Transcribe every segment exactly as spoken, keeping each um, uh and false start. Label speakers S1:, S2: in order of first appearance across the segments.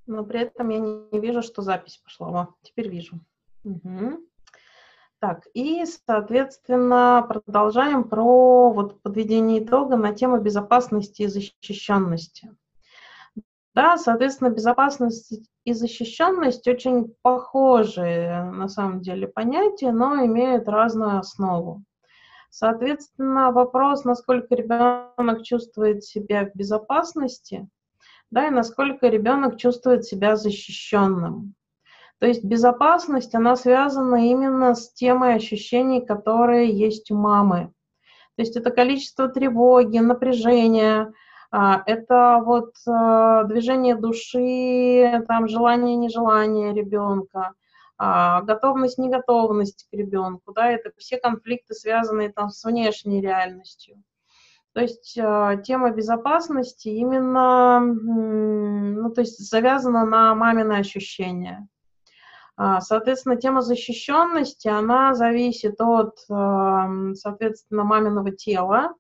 S1: но при этом я не, не вижу, что запись пошла. О, теперь вижу. Угу. Так, и, соответственно, продолжаем про вот подведение итога на тему безопасности и защищенности. Да, соответственно, безопасность и защищенность очень похожие, на самом деле, понятия, но имеют разную основу. Соответственно, вопрос, насколько ребенок чувствует себя в безопасности, да, и насколько ребенок чувствует себя защищенным. То есть безопасность, она связана именно с темой ощущений, которые есть у мамы. То есть это количество тревоги, напряжения, это вот движение души, там желание, нежелание ребенка, готовность, неготовность к ребенку, да, это все конфликты, связанные там с внешней реальностью. То есть тема безопасности именно, ну, то есть завязана на мамино ощущения. Соответственно, тема защищенности, она зависит от, соответственно, маминого тела,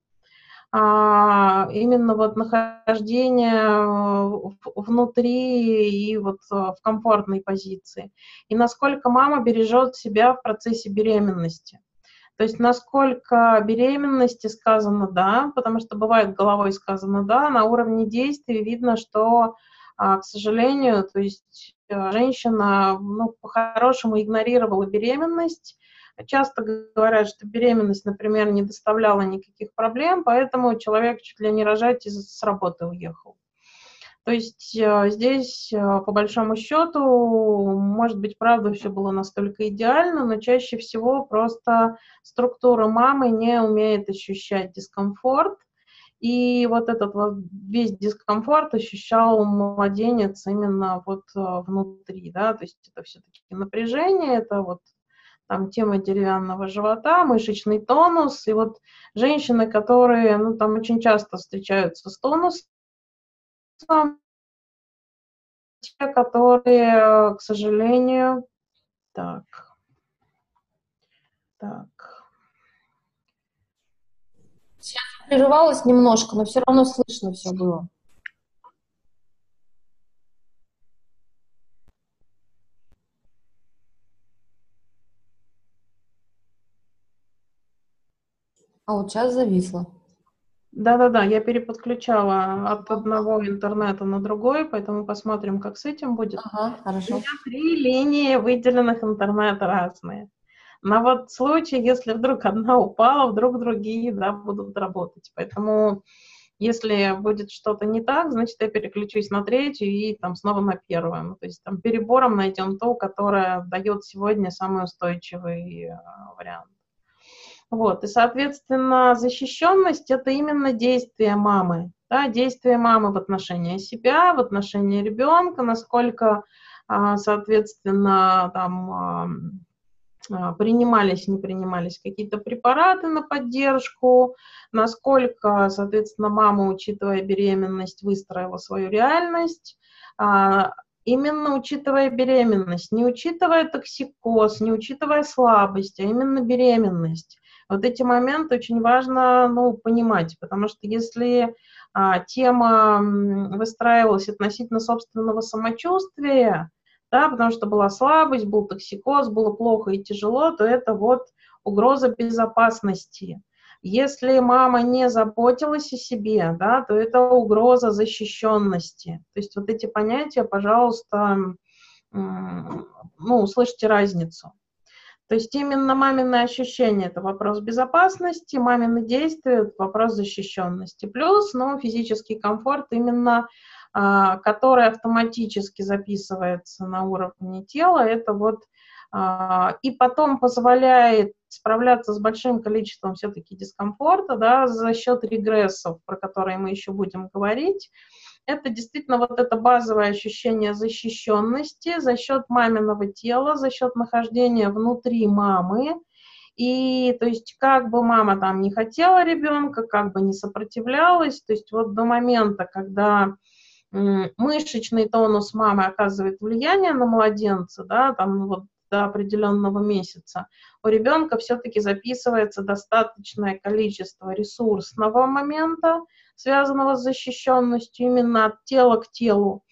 S1: именно вот нахождения внутри и вот в комфортной позиции. И насколько мама бережет себя в процессе беременности. То есть насколько беременности сказано «да», потому что бывает головой сказано «да», на уровне действий видно, что, к сожалению, то есть женщина, ну, по-хорошему игнорировала беременность. Часто говорят, что беременность, например, не доставляла никаких проблем, поэтому человек чуть ли не рожать и с работы уехал. То есть здесь, по большому счету, может быть, правда, все было настолько идеально, но чаще всего просто структура мамы не умеет ощущать дискомфорт, и вот этот вот весь дискомфорт ощущал младенец именно вот внутри, да, то есть это все-таки напряжение, это вот там тема деревянного живота, мышечный тонус, и вот женщины, которые, ну, там очень часто встречаются с тонусом, те, которые, к сожалению, так, так.
S2: Сейчас прерывалось немножко, но все равно слышно все было. А вот сейчас зависло.
S1: Да-да-да, я переподключала от одного интернета на другой, поэтому посмотрим, как с этим будет.
S2: Ага, хорошо.
S1: У меня три линии выделенных интернета разные. На вот случай, если вдруг одна упала, вдруг другие, да, будут работать. Поэтому если будет что-то не так, значит, я переключусь на третью и там снова на первую. Ну, то есть там перебором найдем ту, которая дает сегодня самый устойчивый э, вариант. Вот, и, соответственно, защищенность – это именно действие мамы, да, действие мамы в отношении себя, в отношении ребенка, насколько, соответственно, там принимались, не принимались какие-то препараты на поддержку, насколько, соответственно, мама, учитывая беременность, выстроила свою реальность, именно учитывая беременность, не учитывая токсикоз, не учитывая слабость, а именно беременность. Вот эти моменты очень важно, ну, понимать, потому что если а, тема выстраивалась относительно собственного самочувствия, да, потому что была слабость, был токсикоз, было плохо и тяжело, то это вот угроза безопасности. Если мама не заботилась о себе, да, то это угроза защищенности. То есть вот эти понятия, пожалуйста, ну, услышьте разницу. То есть именно мамины ощущения – это вопрос безопасности, мамины действия – это вопрос защищенности. Плюс, ну, физический комфорт именно, а, который автоматически записывается на уровне тела, это вот а, и потом позволяет справляться с большим количеством все-таки дискомфорта, да, за счет регрессов, про которые мы еще будем говорить. Это действительно вот это базовое ощущение защищенности за счет маминого тела, за счет нахождения внутри мамы. И то есть как бы мама там не хотела ребенка, как бы не сопротивлялась, то есть вот до момента, когда мышечный тонус мамы оказывает влияние на младенца, да, там вот до определенного месяца, у ребенка все-таки записывается достаточное количество ресурсного момента, связанного с защищенностью именно от тела к телу,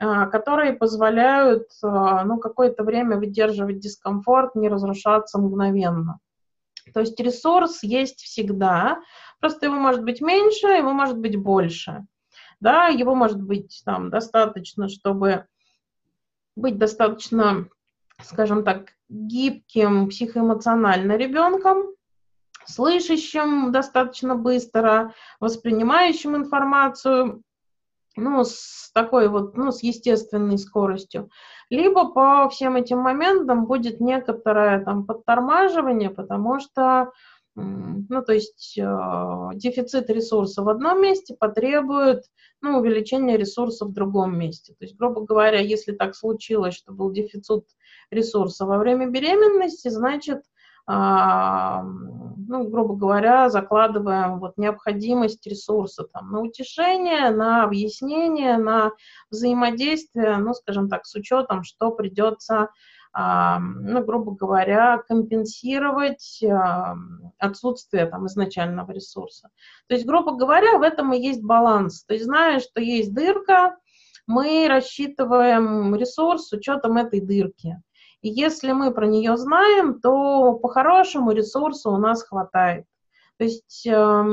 S1: которые позволяют ну, какое-то время выдерживать дискомфорт, не разрушаться мгновенно. То есть ресурс есть всегда, просто его может быть меньше, его может быть больше. Да, его может быть там достаточно, чтобы быть достаточно, скажем так, гибким психоэмоционально ребенком, слышащим достаточно быстро, воспринимающим информацию, ну, с такой вот, ну, с естественной скоростью. Либо по всем этим моментам будет некоторое там подтормаживание, потому что, ну, то есть э, дефицит ресурса в одном месте потребует, ну, увеличения ресурса в другом месте. То есть, грубо говоря, если так случилось, что был дефицит ресурса во время беременности, значит, а, ну, грубо говоря, закладываем вот необходимость ресурса там, на утешение, на объяснение, на взаимодействие, ну, скажем так, с учетом, что придется, а, ну, грубо говоря, компенсировать а, отсутствие там изначального ресурса. То есть, грубо говоря, в этом и есть баланс. То есть, зная, что есть дырка, мы рассчитываем ресурс с учетом этой дырки. И если мы про нее знаем, то по-хорошему ресурса у нас хватает. То есть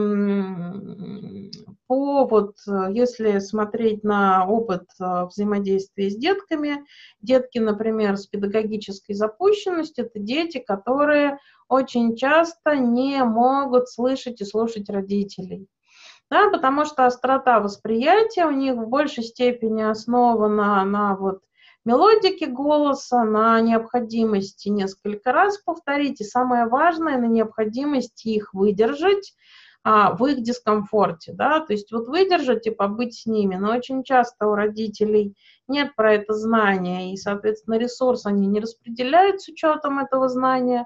S1: эм, по, вот, если смотреть на опыт взаимодействия с детками, детки, например, с педагогической запущенностью, это дети, которые очень часто не могут слышать и слушать родителей. Да, потому что острота восприятия у них в большей степени основана на вот мелодики голоса, на необходимости несколько раз повторить, и самое важное, на необходимости их выдержать а, в их дискомфорте, да, то есть вот выдержать и побыть с ними, но очень часто у родителей нет про это знания, и, соответственно, ресурс они не распределяют с учетом этого знания,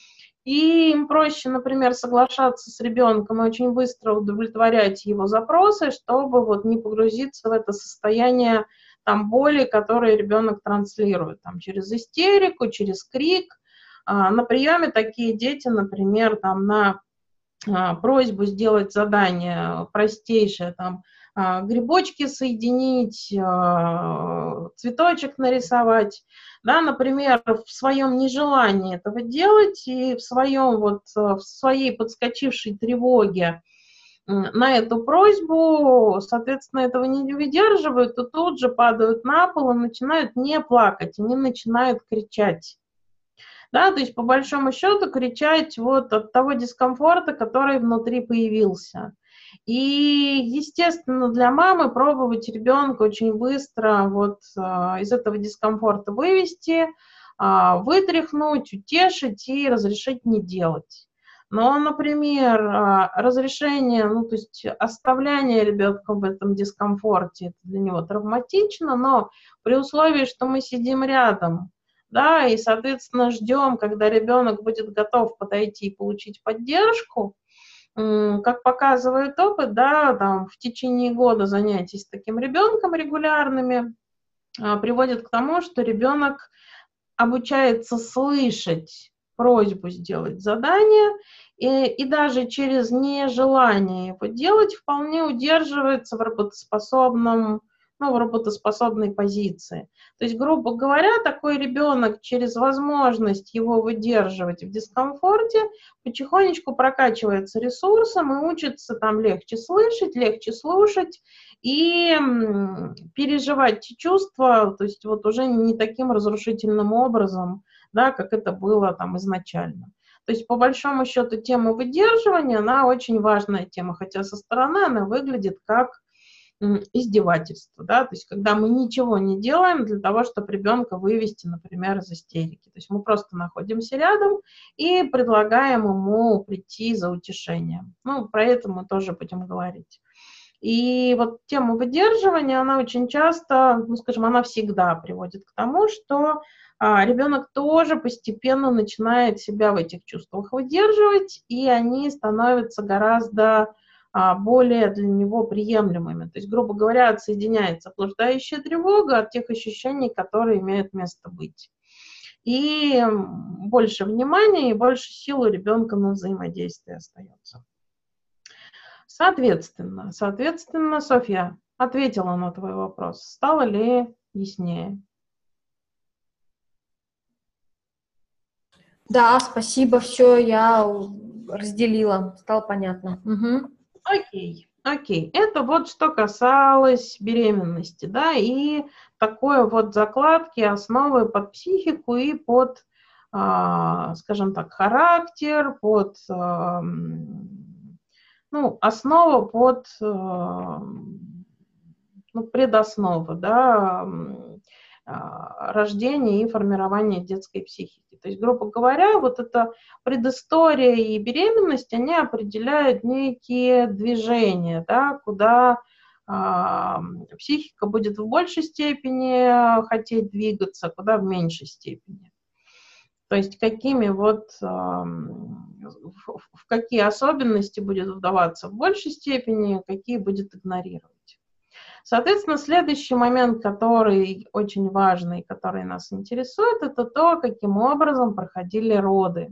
S1: и им проще, например, соглашаться с ребенком и очень быстро удовлетворять его запросы, чтобы вот не погрузиться в это состояние там боли, которые ребенок транслирует, там, через истерику, через крик. А, на приеме такие дети, например, там, на а, просьбу сделать задание простейшее, там, а, грибочки соединить, а, цветочек нарисовать, да, например, в своем нежелании этого делать и в своем вот, в своей подскочившей тревоге на эту просьбу, соответственно, этого не выдерживают, то тут же падают на пол и начинают не плакать, они начинают кричать. Да, то есть, по большому счету, кричать вот от того дискомфорта, который внутри появился. И, естественно, для мамы пробовать ребенка очень быстро вот из этого дискомфорта вывести, вытряхнуть, утешить и разрешить не делать. Но, например, разрешение, ну, то есть оставляние ребенка в этом дискомфорте, это для него травматично, но при условии, что мы сидим рядом, да, и, соответственно, ждем, когда ребенок будет готов подойти и получить поддержку, как показывает опыт, да, там, в течение года занятий с таким ребенком регулярными приводит к тому, что ребенок обучается слышать просьбу сделать задание, и, и даже через нежелание его делать вполне удерживается в работоспособном, ну, в работоспособной позиции. То есть, грубо говоря, такой ребенок через возможность его выдерживать в дискомфорте потихонечку прокачивается ресурсом и учится там легче слышать, легче слушать и м, переживать те чувства, то есть вот уже не таким разрушительным образом, да, как это было там изначально. То есть, по большому счету, тема выдерживания, она очень важная тема, хотя со стороны она выглядит как издевательство, да, то есть когда мы ничего не делаем для того, чтобы ребенка вывести, например, из истерики. То есть мы просто находимся рядом и предлагаем ему прийти за утешением. Ну, про это мы тоже будем говорить. И вот тема выдерживания, она очень часто, ну, скажем, она всегда приводит к тому, что а, ребенок тоже постепенно начинает себя в этих чувствах выдерживать, и они становятся гораздо более для него приемлемыми. То есть, грубо говоря, отсоединяется блуждающая тревога от тех ощущений, которые имеют место быть. И больше внимания и больше сил у ребенка на взаимодействие остается. Соответственно, соответственно, Софья ответила на твой вопрос. Стало ли яснее.
S2: Да, спасибо, все, я разделила, стало понятно. Угу.
S1: Окей, окей. Это вот что касалось беременности, да, и такой вот закладки, основы под психику и под, а, скажем так, характер, под, а, ну, основа под, а, ну, предоснова, да, рождения и формирования детской психики. То есть, грубо говоря, вот эта предыстория и беременность, они определяют некие движения, да, куда э, психика будет в большей степени хотеть двигаться, куда в меньшей степени. То есть какими вот, э, в, в какие особенности будет вдаваться в большей степени, какие будет игнорировать. Соответственно, следующий момент, который очень важный, который нас интересует, это то, каким образом проходили роды.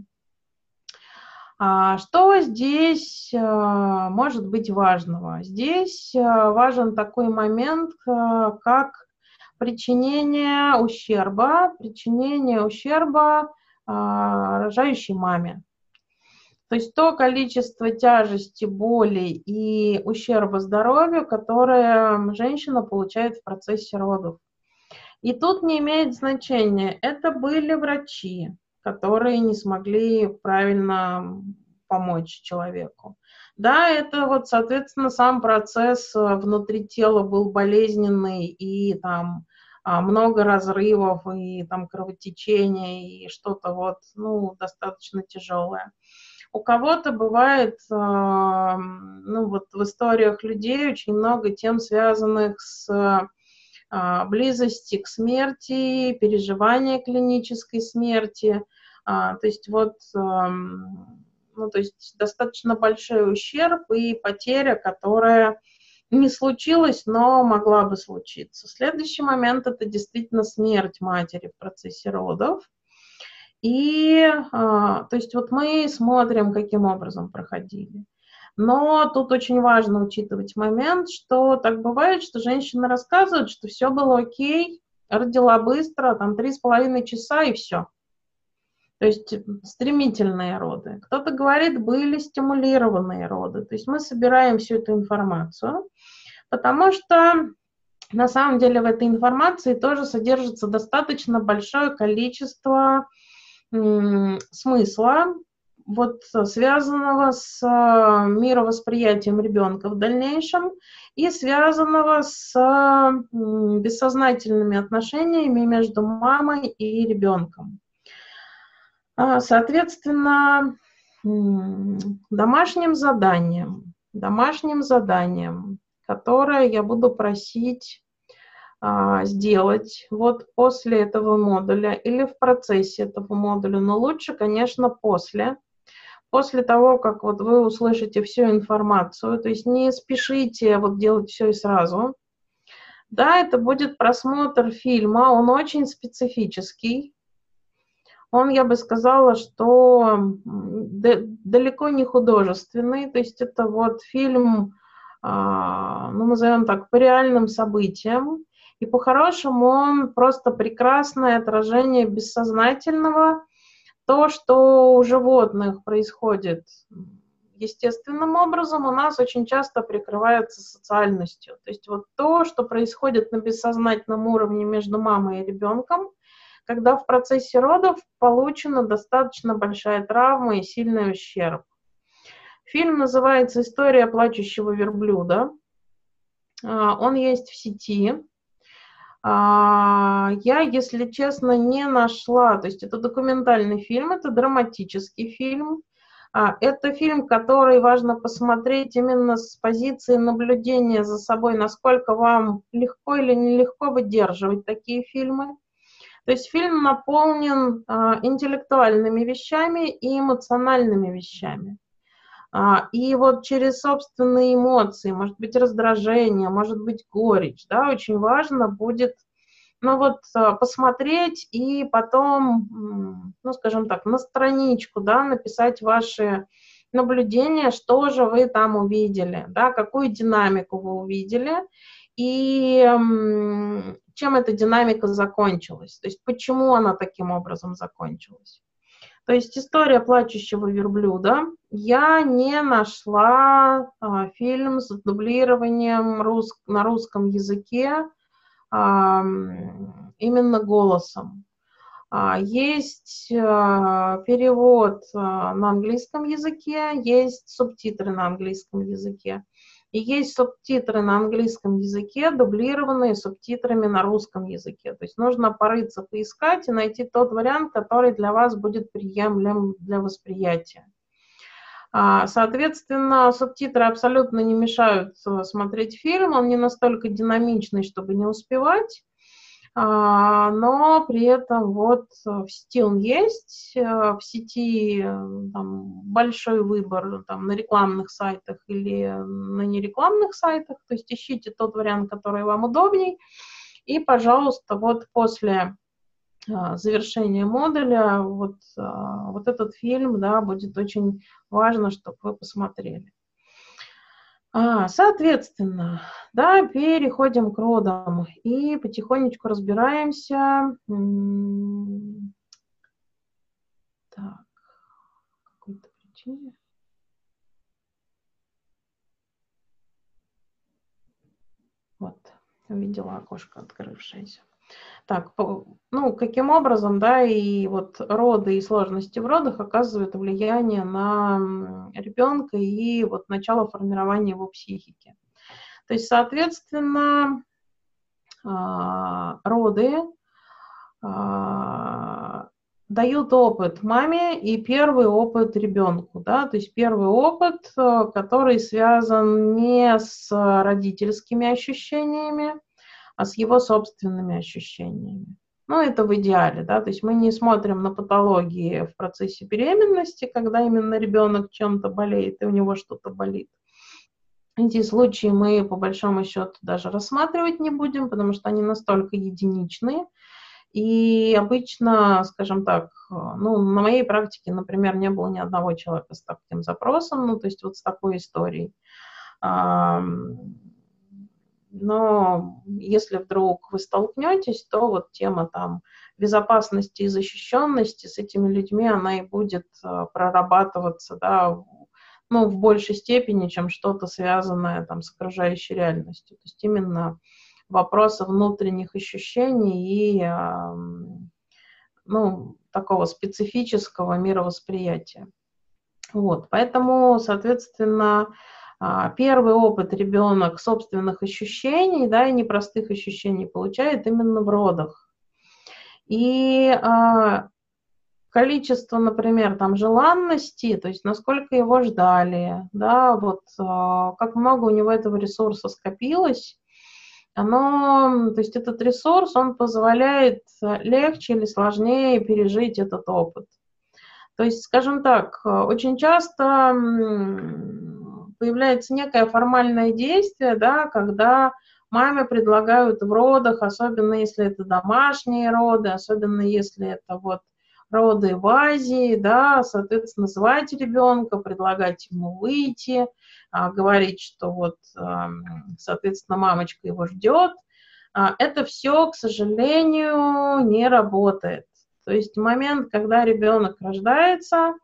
S1: Что здесь может быть важного? Здесь важен такой момент, как причинение ущерба, причинение ущерба рожающей маме. То есть то количество тяжести, боли и ущерба здоровью, которое женщина получает в процессе родов. И тут не имеет значения, это были врачи, которые не смогли правильно помочь человеку. Да, это вот, соответственно, сам процесс внутри тела был болезненный, и там много разрывов, и там кровотечения, и что-то вот, ну, достаточно тяжелое. У кого-то бывает, ну вот в историях людей очень много тем, связанных с близостью к смерти, переживания клинической смерти. То есть вот, ну то есть достаточно большой ущерб и потеря, которая не случилась, но могла бы случиться. Следующий момент – это действительно смерть матери в процессе родов. И, то есть, вот мы смотрим, каким образом проходили. Но тут очень важно учитывать момент, что так бывает, что женщина рассказывает, что все было окей, родила быстро, там три с половиной часа и все. То есть стремительные роды. Кто-то говорит, были стимулированные роды. То есть мы собираем всю эту информацию, потому что на самом деле в этой информации тоже содержится достаточно большое количество смысла, вот, связанного с мировосприятием ребенка в дальнейшем и связанного с бессознательными отношениями между мамой и ребенком. Соответственно, домашним заданием, домашним заданием, которое я буду просить сделать вот после этого модуля или в процессе этого модуля, но лучше, конечно, после. После того, как вот вы услышите всю информацию, то есть не спешите вот делать все и сразу. Да, это будет просмотр фильма, он очень специфический. Он, я бы сказала, что далеко не художественный, то есть это вот фильм, ну, назовем так, по реальным событиям. И по-хорошему он просто прекрасное отражение бессознательного, то, что у животных происходит естественным образом, у нас очень часто прикрывается социальностью. То есть вот то, что происходит на бессознательном уровне между мамой и ребенком, когда в процессе родов получена достаточно большая травма и сильный ущерб. Фильм называется «История плачущего верблюда». Он есть в сети. Я, если честно, не нашла, то есть это документальный фильм, это драматический фильм. Это фильм, который важно посмотреть именно с позиции наблюдения за собой, насколько вам легко или нелегко выдерживать такие фильмы. То есть фильм наполнен интеллектуальными вещами и эмоциональными вещами. И вот через собственные эмоции, может быть, раздражение, может быть, горечь, да, очень важно будет, ну вот, посмотреть и потом, ну, скажем так, на страничку, да, написать ваши наблюдения, что же вы там увидели, да, какую динамику вы увидели, и чем эта динамика закончилась, то есть почему она таким образом закончилась. То есть история плачущего верблюда. Я не нашла а, фильм с дублированием рус... на русском языке а, именно голосом. А, есть а, перевод а, на английском языке, есть субтитры на английском языке. И есть субтитры на английском языке, дублированные субтитрами на русском языке. То есть нужно порыться, поискать и найти тот вариант, который для вас будет приемлем для восприятия. Соответственно, субтитры абсолютно не мешают смотреть фильм, он не настолько динамичный, чтобы не успевать. Но при этом вот в сети он есть, в сети там, большой выбор там, на рекламных сайтах или на нерекламных сайтах, то есть ищите тот вариант, который вам удобней, и, пожалуйста, вот после завершения модуля вот, вот этот фильм, да, будет очень важно, чтобы вы посмотрели. А, соответственно, да, переходим к родам и потихонечку разбираемся. Так, по какой-то причине. Вот, увидела окошко открывшееся. Так, ну, каким образом, да, и вот роды и сложности в родах оказывают влияние на ребенка и вот начало формирования его психики. То есть, соответственно, роды дают опыт маме и первый опыт ребенку, да, то есть первый опыт, который связан не с родительскими ощущениями, а с его собственными ощущениями. Ну, это в идеале, да, то есть мы не смотрим на патологии в процессе беременности, когда именно ребенок чем-то болеет и у него что-то болит. Эти случаи мы, по большому счету, даже рассматривать не будем, потому что они настолько единичные. И обычно, скажем так, ну, на моей практике, например, не было ни одного человека с таким запросом, ну, то есть вот с такой историей. Но если вдруг вы столкнетесь, то вот тема там безопасности и защищенности с этими людьми, она и будет прорабатываться, да, ну, в большей степени, чем что-то связанное там с окружающей реальностью. То есть именно вопросы внутренних ощущений и, ну, такого специфического мировосприятия. Вот, поэтому, соответственно, первый опыт ребенок собственных ощущений, да, и непростых ощущений получает именно в родах. И а, количество, например, там, желанности, то есть насколько его ждали, да, вот а, как много у него этого ресурса скопилось, оно, то есть этот ресурс, он позволяет легче или сложнее пережить этот опыт. То есть, скажем так, очень часто появляется некое формальное действие, да, когда маме предлагают в родах, особенно если это домашние роды, особенно если это вот роды в Азии, да, соответственно, звать ребенка, предлагать ему выйти, говорить, что вот, соответственно, мамочка его ждет. Это все, к сожалению, не работает. То есть момент, когда ребенок рождается,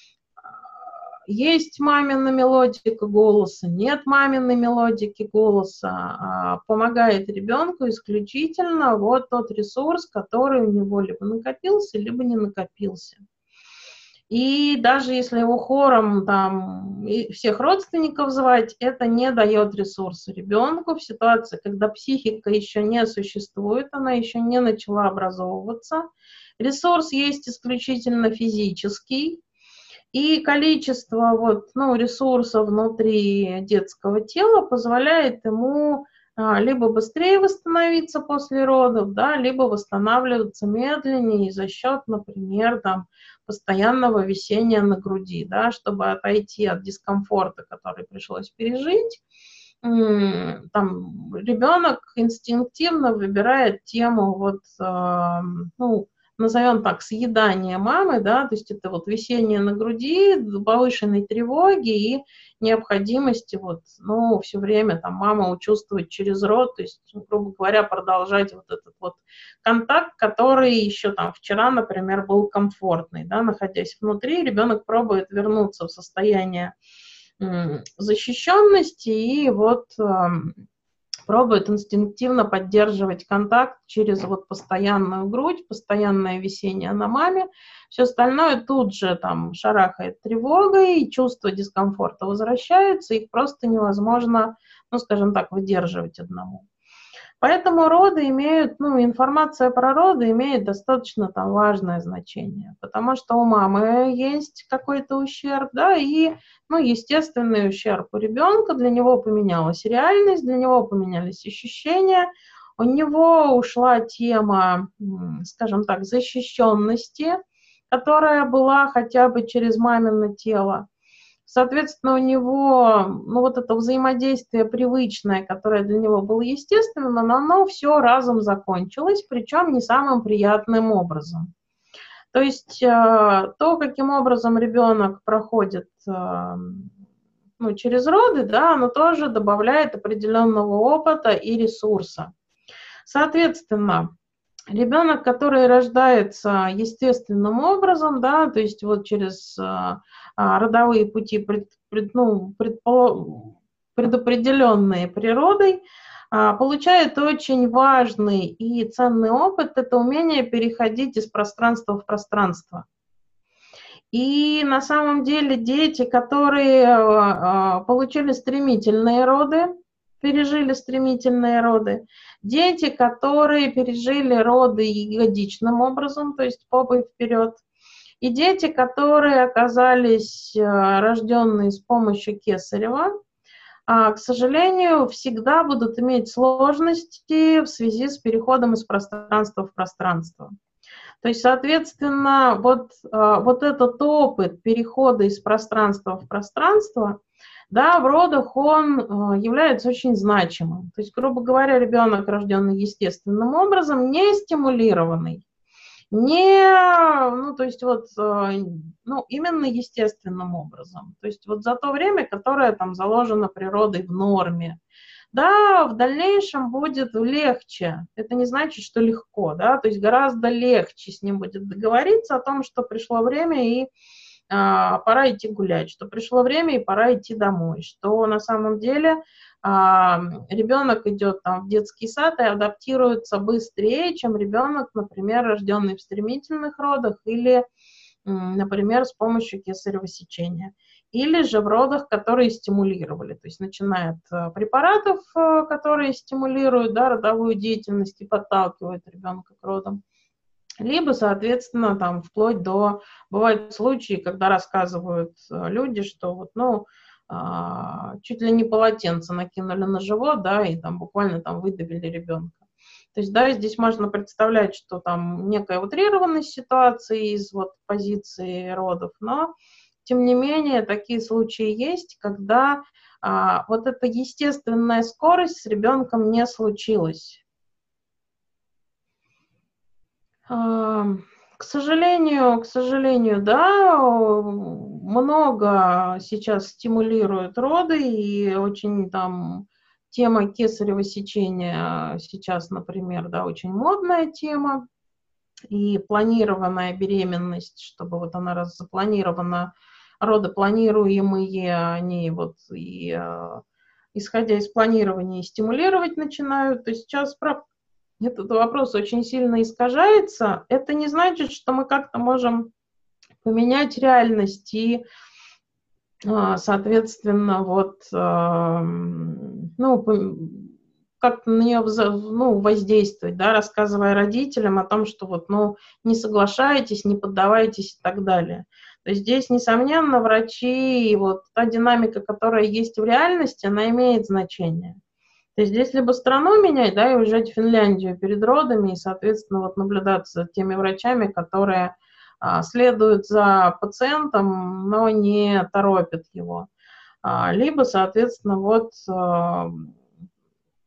S1: есть мамина мелодика голоса, нет маминой мелодики голоса, помогает ребенку исключительно вот тот ресурс, который у него либо накопился, либо не накопился. И даже если его хором там всех родственников звать, это не дает ресурса ребенку в ситуации, когда психика еще не существует, она еще не начала образовываться. Ресурс есть исключительно физический, и количество вот, ну, ресурсов внутри детского тела позволяет ему а, либо быстрее восстановиться после родов, да, либо восстанавливаться медленнее за счет, например, там, постоянного висения на груди, да, чтобы отойти от дискомфорта, который пришлось пережить. Там, ребенок инстинктивно выбирает тему вот, э, ну, назовем так, съедание мамы, да, то есть это вот висение на груди, повышенной тревоги и необходимости вот, ну, все время там маму чувствовать через рот, то есть, грубо говоря, продолжать вот этот вот контакт, который еще там вчера, например, был комфортный, да, находясь внутри, ребенок пробует вернуться в состояние м, защищенности и вот м, пробует инстинктивно поддерживать контакт через вот постоянную грудь, постоянное висение на маме. Все остальное тут же там шарахает тревогой, и чувство дискомфорта возвращаются, их просто невозможно, ну, скажем так, выдерживать одному. Поэтому роды имеют, ну, информация про роды имеет достаточно там важное значение, потому что у мамы есть какой-то ущерб, да, и, ну, естественный ущерб у ребенка, для него поменялась реальность, для него поменялись ощущения, у него ушла тема, скажем так, защищенности, которая была хотя бы через мамино тело. Соответственно, у него, ну, вот это взаимодействие привычное, которое для него было естественным, но оно все разом закончилось, причем не самым приятным образом. То есть э, то, каким образом ребенок проходит э, ну, через роды, да, оно тоже добавляет определенного опыта и ресурса. Соответственно, ребенок, который рождается естественным образом, да, то есть вот через а, а, родовые пути, пред, пред, ну, предпо, предопределенные природой, а, получает очень важный и ценный опыт, это умение переходить из пространства в пространство. И на самом деле дети, которые а, получили стремительные роды, пережили стремительные роды, дети, которые пережили роды ягодичным образом, то есть попой вперед, и дети, которые оказались рожденные с помощью кесарева, к сожалению, всегда будут иметь сложности в связи с переходом из пространства в пространство. То есть, соответственно, вот, вот этот опыт перехода из пространства в пространство, да, в родах он является очень значимым. То есть, грубо говоря, ребенок, рожденный естественным образом, не стимулированный, не, ну, то есть вот, ну, именно естественным образом. То есть вот за то время, которое там заложено природой в норме, да, в дальнейшем будет легче. Это не значит, что легко, да, то есть гораздо легче с ним будет договориться о том, что пришло время и а, пора идти гулять, что пришло время и пора идти домой, что на самом деле а, ребенок идет там в детский сад и адаптируется быстрее, чем ребенок, например, рожденный в стремительных родах или, например, с помощью кесарево сечения. Или же в родах, которые стимулировали, то есть начиная от препаратов, которые стимулируют, да, родовую деятельность и подталкивают ребенка к родам, либо, соответственно, там вплоть до, бывают случаи, когда рассказывают люди, что вот, ну, чуть ли не полотенце накинули на живот, да, и там буквально там выдавили ребенка. То есть, да, здесь можно представлять, что там некая утрированность ситуации из вот позиции родов, но тем не менее, такие случаи есть, когда а, вот эта естественная скорость с ребенком не случилась. А, к сожалению, к сожалению, да, много сейчас стимулируют роды, и очень там тема кесарево сечения сейчас, например, да, очень модная тема, и планированная беременность, чтобы вот она раз запланирована, роды планируемые, они вот и э, исходя из планирования стимулировать начинают. То есть сейчас этот вопрос очень сильно искажается. Это не значит, что мы как-то можем поменять реальность и, э, соответственно, вот, э, ну, как-то на нее, ну, воздействовать, да, рассказывая родителям о том, что вот, ну, не соглашайтесь, не поддавайтесь и так далее. То есть здесь, несомненно, врачи и вот та динамика, которая есть в реальности, она имеет значение. То есть здесь либо страну менять, да, и уезжать в Финляндию перед родами, и, соответственно, вот наблюдаться за теми врачами, которые а, следуют за пациентом, но не торопят его. А, либо, соответственно, вот а,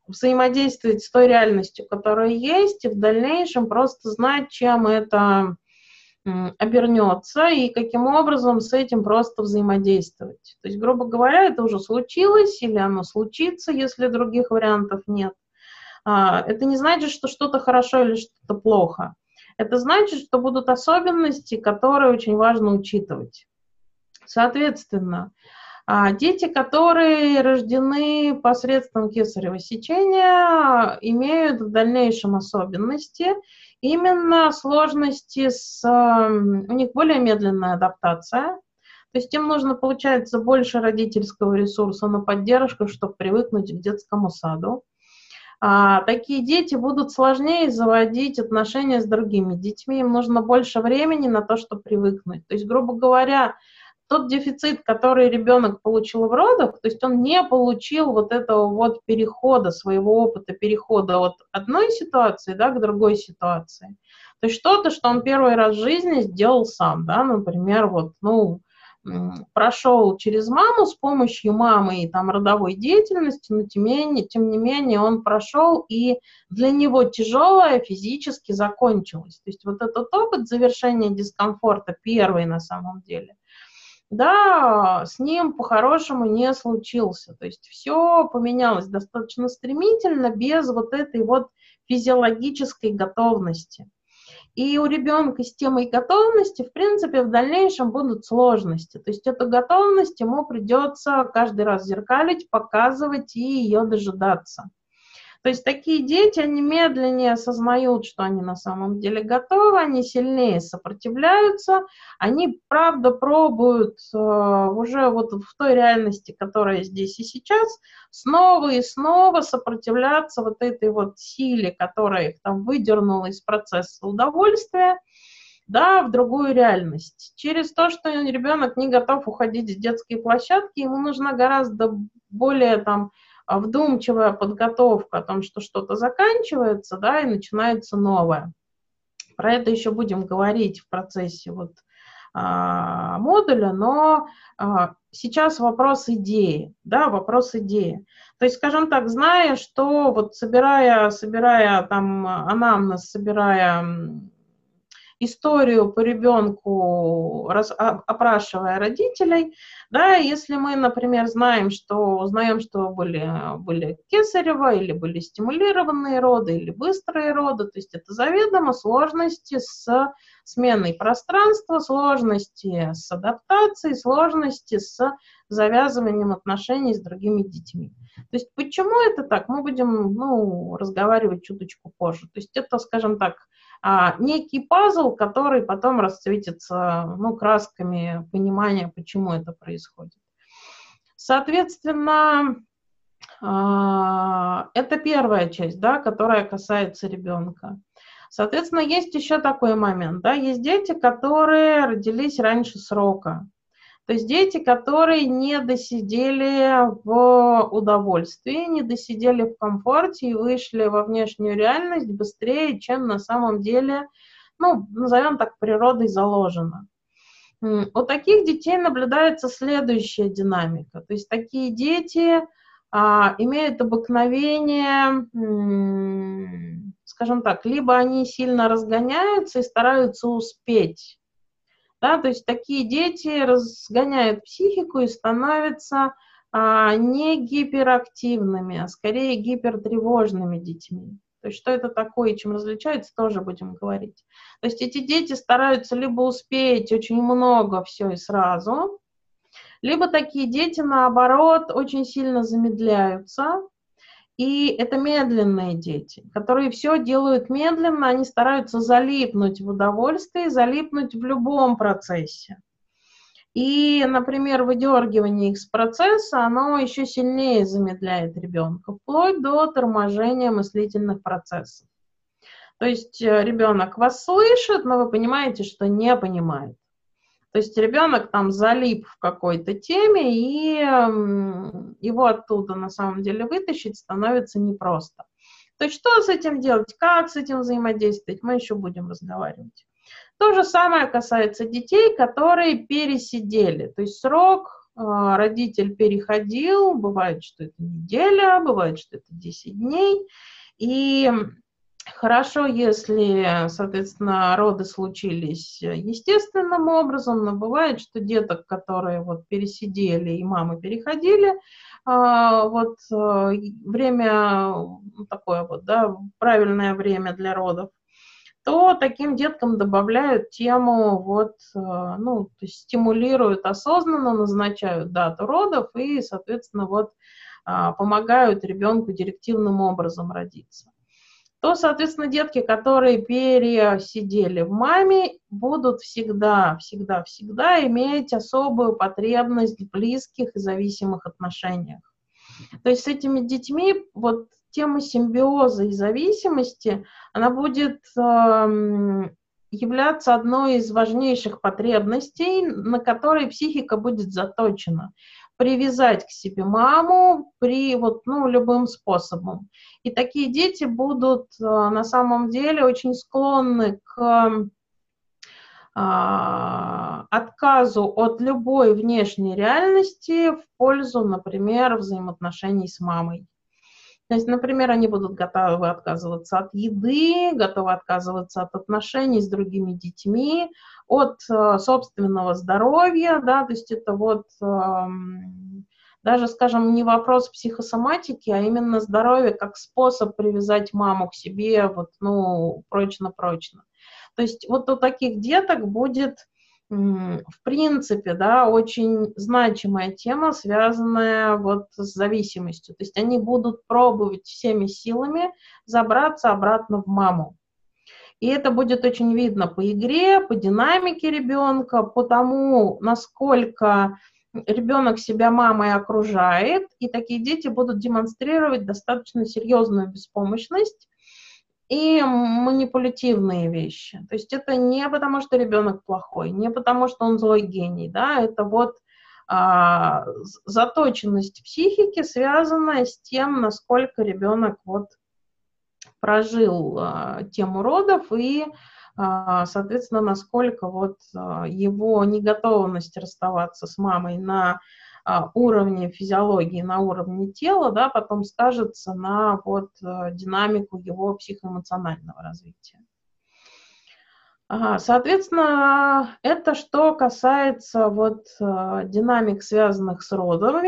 S1: взаимодействовать с той реальностью, которая есть, и в дальнейшем просто знать, чем это обернется и каким образом с этим просто взаимодействовать. То есть, грубо говоря, это уже случилось или оно случится, если других вариантов нет. Это не значит, что что-то хорошо или что-то плохо. Это значит, что будут особенности, которые очень важно учитывать. Соответственно, дети, которые рождены посредством кесарево сечения, имеют в дальнейшем особенности, именно сложности с... У них более медленная адаптация, то есть им нужно, получается, больше родительского ресурса на поддержку, чтобы привыкнуть к детскому саду. А такие дети будут сложнее заводить отношения с другими детьми, им нужно больше времени на то, чтобы привыкнуть. То есть, грубо говоря, тот дефицит, который ребенок получил в родах, то есть он не получил вот этого вот перехода, своего опыта перехода от одной ситуации, да, к другой ситуации. То есть что-то, что он первый раз в жизни сделал сам, да, например, вот, ну, прошел через маму с помощью мамы и там родовой деятельности, но тем не менее, тем не менее он прошел, и для него тяжелое физически закончилось. То есть вот этот опыт завершения дискомфорта первый на самом деле, да, с ним по-хорошему не случился. То есть все поменялось достаточно стремительно, без вот этой вот физиологической готовности. И у ребенка с темой готовности, в принципе, в дальнейшем будут сложности. То есть эту готовность ему придется каждый раз зеркалить, показывать и ее дожидаться. То есть такие дети, они медленнее осознают, что они на самом деле готовы, они сильнее сопротивляются, они, правда, пробуют э, уже вот в той реальности, которая здесь и сейчас, снова и снова сопротивляться вот этой вот силе, которая их там выдернула из процесса удовольствия, да, в другую реальность. Через то, что ребенок не готов уходить с детской площадки, ему нужна гораздо более там вдумчивая подготовка о том, что что-то заканчивается, да, и начинается новое. Про это еще будем говорить в процессе вот, а, модуля, но а, сейчас вопрос идеи, да, вопрос идеи. То есть, скажем так, зная, что вот собирая, собирая там анамнез, собирая историю по ребенку, раз, опрашивая родителей, да, если мы, например, знаем, что, узнаем, что были, были кесарево, или были стимулированные роды, или быстрые роды, то есть это заведомо сложности с сменой пространства, сложности с адаптацией, сложности с завязыванием отношений с другими детьми. То есть почему это так, мы будем, ну, разговаривать чуточку позже. То есть это, скажем так, некий пазл, который потом расцветится, ну, красками понимания, почему это происходит. Соответственно, это первая часть, да, которая касается ребенка. Соответственно, есть еще такой момент, да, есть дети, которые родились раньше срока. То есть дети, которые не досидели в удовольствии, не досидели в комфорте и вышли во внешнюю реальность быстрее, чем на самом деле, ну, назовем так, природой заложено. У таких детей наблюдается следующая динамика. То есть такие дети а, имеют обыкновение, м, скажем так, либо они сильно разгоняются и стараются успеть. Да, то есть такие дети разгоняют психику и становятся а, не гиперактивными, а скорее гипертревожными детьми. То есть что это такое и чем различается, тоже будем говорить. То есть эти дети стараются либо успеть очень много все и сразу, либо такие дети, наоборот, очень сильно замедляются. И это медленные дети, которые все делают медленно, они стараются залипнуть в удовольствии, залипнуть в любом процессе. И, например, выдергивание их с процесса, оно еще сильнее замедляет ребенка, вплоть до торможения мыслительных процессов. То есть ребенок вас слышит, но вы понимаете, что не понимает. То есть ребенок там залип в какой-то теме, и его оттуда на самом деле вытащить становится непросто. То есть что с этим делать, как с этим взаимодействовать, мы еще будем разговаривать. То же самое касается детей, которые пересидели. То есть срок родитель переходил, бывает, что это неделя, бывает, что это десять дней, и хорошо, если, соответственно, роды случились естественным образом, но бывает, что деток, которые вот пересидели и мамы переходили, вот время такое вот, да, правильное время для родов, то таким деткам добавляют тему, вот, ну, то есть стимулируют осознанно, назначают дату родов и, соответственно, вот помогают ребенку директивным образом родиться. То, соответственно, детки, которые пересидели в маме, будут всегда, всегда, всегда иметь особую потребность в близких и зависимых отношениях. То есть с этими детьми вот тема симбиоза и зависимости, она будет э, являться одной из важнейших потребностей, на которой психика будет заточена. Привязать к себе маму при вот, ну, любым способом. И такие дети будут э, на самом деле очень склонны к отказу от любой внешней реальности в пользу, например, взаимоотношений с мамой. То есть, например, они будут готовы отказываться от еды, готовы отказываться от отношений с другими детьми, от э, собственного здоровья, да, то есть это вот э, даже, скажем, не вопрос психосоматики, а именно здоровье как способ привязать маму к себе вот, ну, прочно-прочно. То есть вот у таких деток будет, в принципе, да, очень значимая тема, связанная вот с зависимостью. То есть они будут пробовать всеми силами забраться обратно в маму. И это будет очень видно по игре, по динамике ребенка, по тому, насколько ребенок себя мамой окружает. И такие дети будут демонстрировать достаточно серьезную беспомощность и манипулятивные вещи. То есть это не потому, что ребенок плохой, не потому, что он злой гений, да, это вот а, заточенность психики, связанная с тем, насколько ребенок вот прожил а, тему родов и, а, соответственно, насколько вот а, его неготовность расставаться с мамой на уровне физиологии, на уровне тела, да, потом скажется на вот динамику его психоэмоционального развития. Ага, соответственно, это что касается вот динамик, связанных с родами,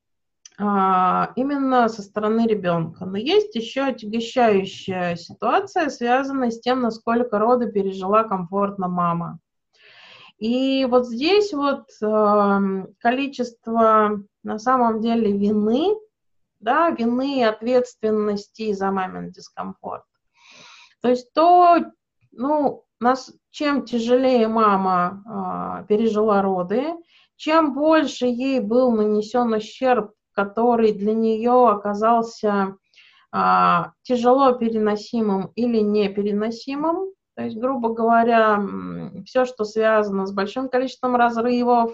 S1: именно со стороны ребенка. Но есть еще отягощающая ситуация, связанная с тем, насколько роды пережила комфортно мама. И вот здесь вот э, количество на самом деле вины, да, вины и ответственности за мамин дискомфорт. То есть то, ну, нас, чем тяжелее мама э, пережила роды, чем больше ей был нанесен ущерб, который для нее оказался э, тяжело переносимым или непереносимым. То есть, грубо говоря, все, что связано с большим количеством разрывов,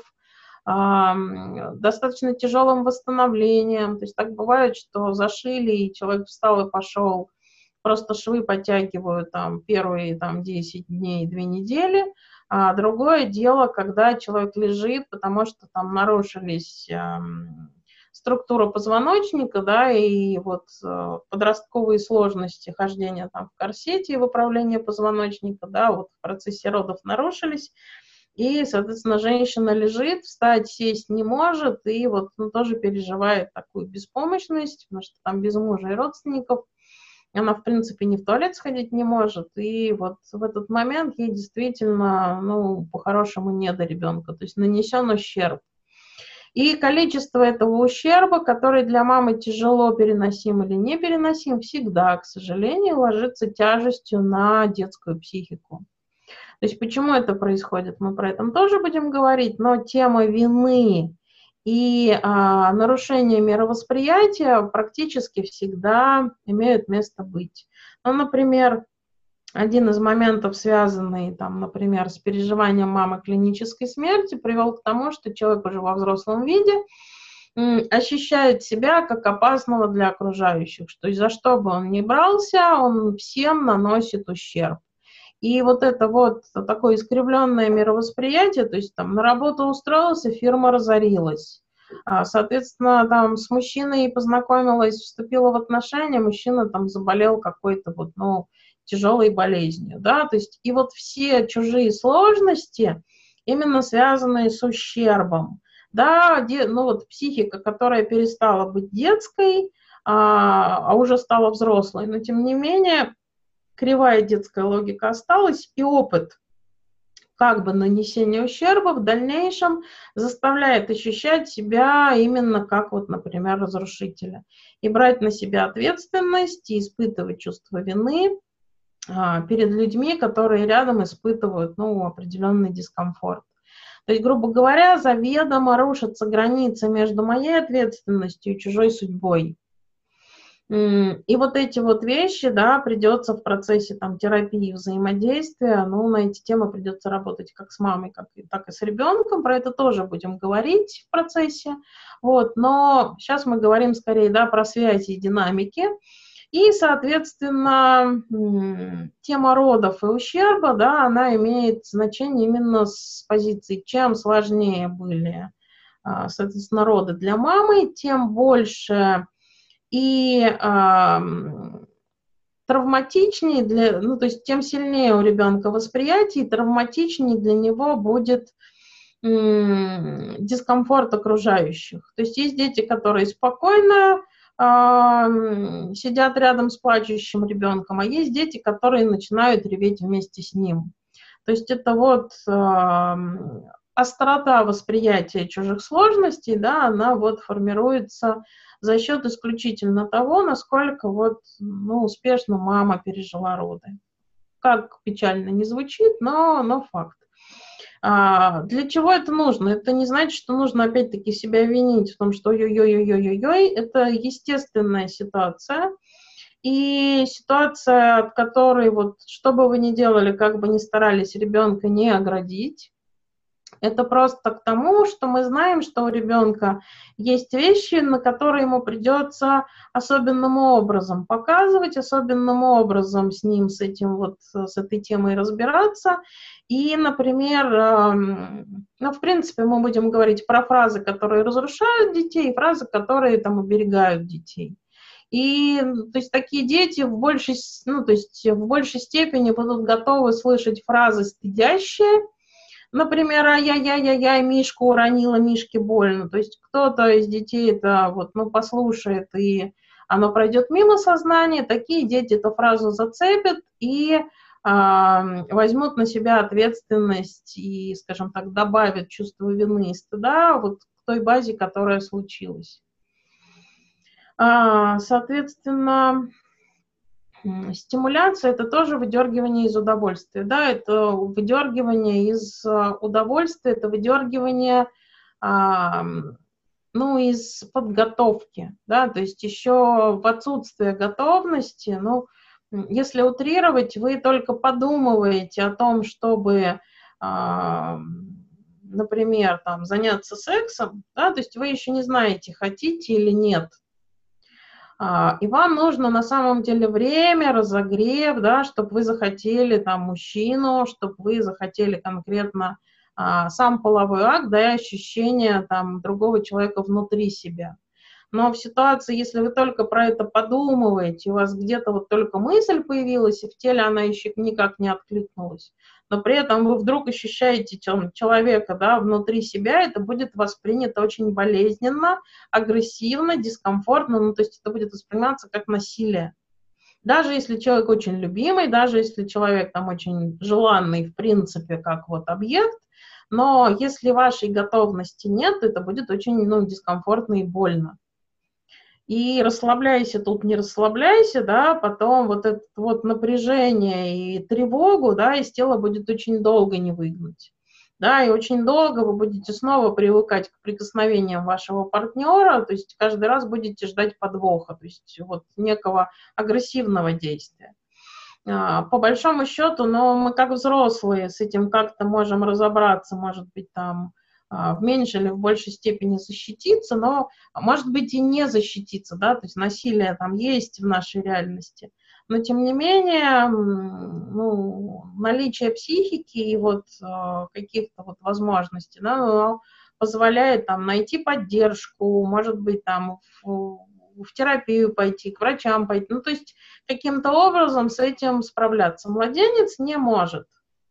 S1: достаточно тяжелым восстановлением. То есть так бывает, что зашили, и человек встал и пошел, просто швы подтягивают там, первые там, десять дней, две недели. А другое дело, когда человек лежит, потому что там нарушились структура позвоночника, да, и вот э, подростковые сложности хождения там в корсете и выправления позвоночника, да, вот в процессе родов нарушились, и, соответственно, женщина лежит, встать, сесть не может, и вот ну, тоже переживает такую беспомощность, потому что там без мужа и родственников она, в принципе, ни в туалет сходить не может, и вот в этот момент ей действительно, ну, по-хорошему не до ребенка, то есть нанесен ущерб. И количество этого ущерба, который для мамы тяжело переносим или непереносим, всегда, к сожалению, ложится тяжестью на детскую психику. То есть почему это происходит, мы про это тоже будем говорить, но тема вины и а, нарушения мировосприятия практически всегда имеют место быть. Ну, например, один из моментов, связанный, там, например, с переживанием мамы клинической смерти, привел к тому, что человек уже во взрослом виде ощущает себя как опасного для окружающих, что за что бы он ни брался, он всем наносит ущерб. И вот это вот такое искривленное мировосприятие, то есть там на работу устроился, фирма разорилась. А, соответственно, там с мужчиной познакомилась, вступила в отношения, мужчина там заболел какой-то вот, ну, тяжелой болезнью, да, то есть и вот все чужие сложности, именно связанные с ущербом, да, де, ну вот психика, которая перестала быть детской, а, а уже стала взрослой, но тем не менее кривая детская логика осталась, и опыт как бы нанесения ущерба в дальнейшем заставляет ощущать себя именно как вот, например, разрушителя. И брать на себя ответственность, и испытывать чувство вины а, перед людьми, которые рядом испытывают, ну, определенный дискомфорт. То есть, грубо говоря, заведомо рушатся границы между моей ответственностью и чужой судьбой. И вот эти вот вещи, да, придется в процессе там терапии, взаимодействия, ну, на эти темы придется работать как с мамой, как и, так и с ребенком, про это тоже будем говорить в процессе, вот, но сейчас мы говорим скорее, да, про связи и динамики, и, соответственно, тема родов и ущерба, да, она имеет значение именно с позиции, чем сложнее были, соответственно, роды для мамы, тем больше и э, травматичнее, для, ну, то есть тем сильнее у ребенка восприятие, и травматичнее для него будет э, дискомфорт окружающих. То есть есть дети, которые спокойно э, сидят рядом с плачущим ребенком, а есть дети, которые начинают реветь вместе с ним. То есть это вот э, острота восприятия чужих сложностей, да, она вот формируется за счет исключительно того, насколько вот, ну, успешно мама пережила роды. Как печально не звучит, но, но факт. А, для чего это нужно? Это не значит, что нужно опять-таки себя винить в том, что ой-ой-ой-ой-ой-ой. Это естественная ситуация. И ситуация, от которой вот, что бы вы ни делали, как бы ни старались ребенка не оградить, это просто к тому, что мы знаем, что у ребенка есть вещи, на которые ему придется особенным образом показывать, особенным образом с ним, с этим вот, с этой темой разбираться. И, например, ну, в принципе, мы будем говорить про фразы, которые разрушают детей, и фразы, которые там оберегают детей. И, то есть, такие дети в большей, ну, то есть, в большей степени будут готовы слышать фразы стыдящие. Например, ай-яй-яй-яй, Мишку уронила, Мишке больно. То есть кто-то из детей это вот, ну, послушает, и оно пройдет мимо сознания. Такие дети эту фразу зацепят и э, возьмут на себя ответственность и, скажем так, добавят чувство вины и стыда вот к той базе, которая случилась. А, соответственно, стимуляция – это тоже выдергивание из удовольствия. Да, это выдергивание из удовольствия, это выдергивание а, ну, из подготовки. Да, то есть еще в отсутствие готовности, ну, если утрировать, вы только подумываете о том, чтобы, а, например, там, заняться сексом, да, то есть вы еще не знаете, хотите или нет. И вам нужно на самом деле время, разогрев, да, чтобы вы захотели там мужчину, чтобы вы захотели конкретно а, сам половой акт, да, и ощущение там другого человека внутри себя. Но в ситуации, если вы только про это подумываете, у вас где-то вот только мысль появилась, и в теле она еще никак не откликнулась, но при этом вы вдруг ощущаете человека, да, внутри себя, это будет воспринято очень болезненно, агрессивно, дискомфортно, ну, то есть это будет восприниматься как насилие. Даже если человек очень любимый, даже если человек там очень желанный, в принципе, как вот объект, но если вашей готовности нет, то это будет очень, ну, дискомфортно и больно. И расслабляйся тут, не расслабляйся, да, потом вот это вот напряжение и тревогу, да, из тела будет очень долго не выгнать. Да, и очень долго вы будете снова привыкать к прикосновениям вашего партнера, то есть каждый раз будете ждать подвоха, то есть вот некого агрессивного действия. По большому счету, но мы как взрослые с этим как-то можем разобраться, может быть, там, в меньшей или в большей степени защититься, но, может быть, и не защититься, да, то есть насилие там есть в нашей реальности. но тем не менее, ну, наличие психики и вот э, каких-то вот возможностей, да, ну, позволяет там найти поддержку, может быть, там в, в терапию пойти, к врачам пойти, ну, то есть каким-то образом с этим справляться. Младенец не может.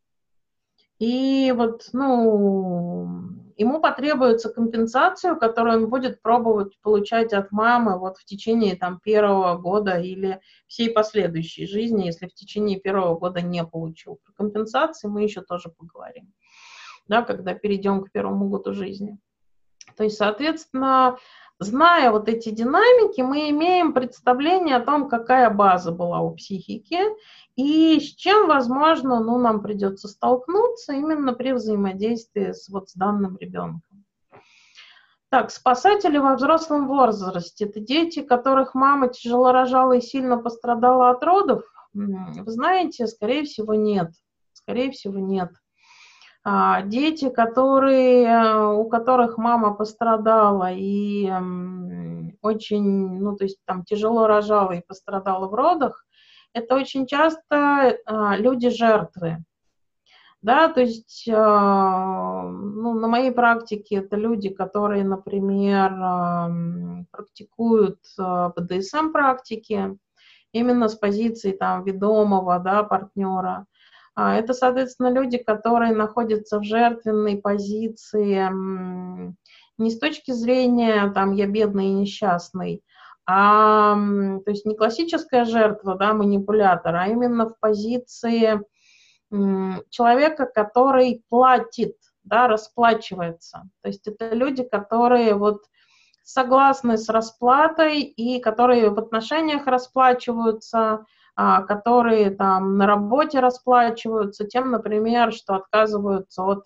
S1: И вот, ну, ему потребуется компенсацию, которую он будет пробовать получать от мамы вот в течение там первого года или всей последующей жизни, если в течение первого года не получил. Про компенсации мы еще тоже поговорим, да, когда перейдем к первому году жизни. То есть, соответственно, зная вот эти динамики, мы имеем представление о том, какая база была у психики и с чем, возможно, ну, нам придется столкнуться именно при взаимодействии с, вот, с данным ребенком. Так, спасатели во взрослом возрасте – это дети, которых мама тяжело рожала и сильно пострадала от родов? Вы знаете, скорее всего, нет. Скорее всего, нет. А, дети, которые, у которых мама пострадала и м, очень, ну, то есть там тяжело рожала и пострадала в родах, это очень часто а, люди-жертвы. Да, то есть, а, ну, на моей практике это люди, которые, например, а, практикуют а, бэ дэ эс эм-практики, именно с позиции там ведомого, да, партнера. Это, соответственно, люди, которые находятся в жертвенной позиции не с точки зрения там «я бедный и несчастный», а, то есть не классическая жертва, да, манипулятор, а именно в позиции человека, который платит, да, расплачивается. То есть это люди, которые вот согласны с расплатой и которые в отношениях расплачиваются, которые там на работе расплачиваются тем, например, что отказываются от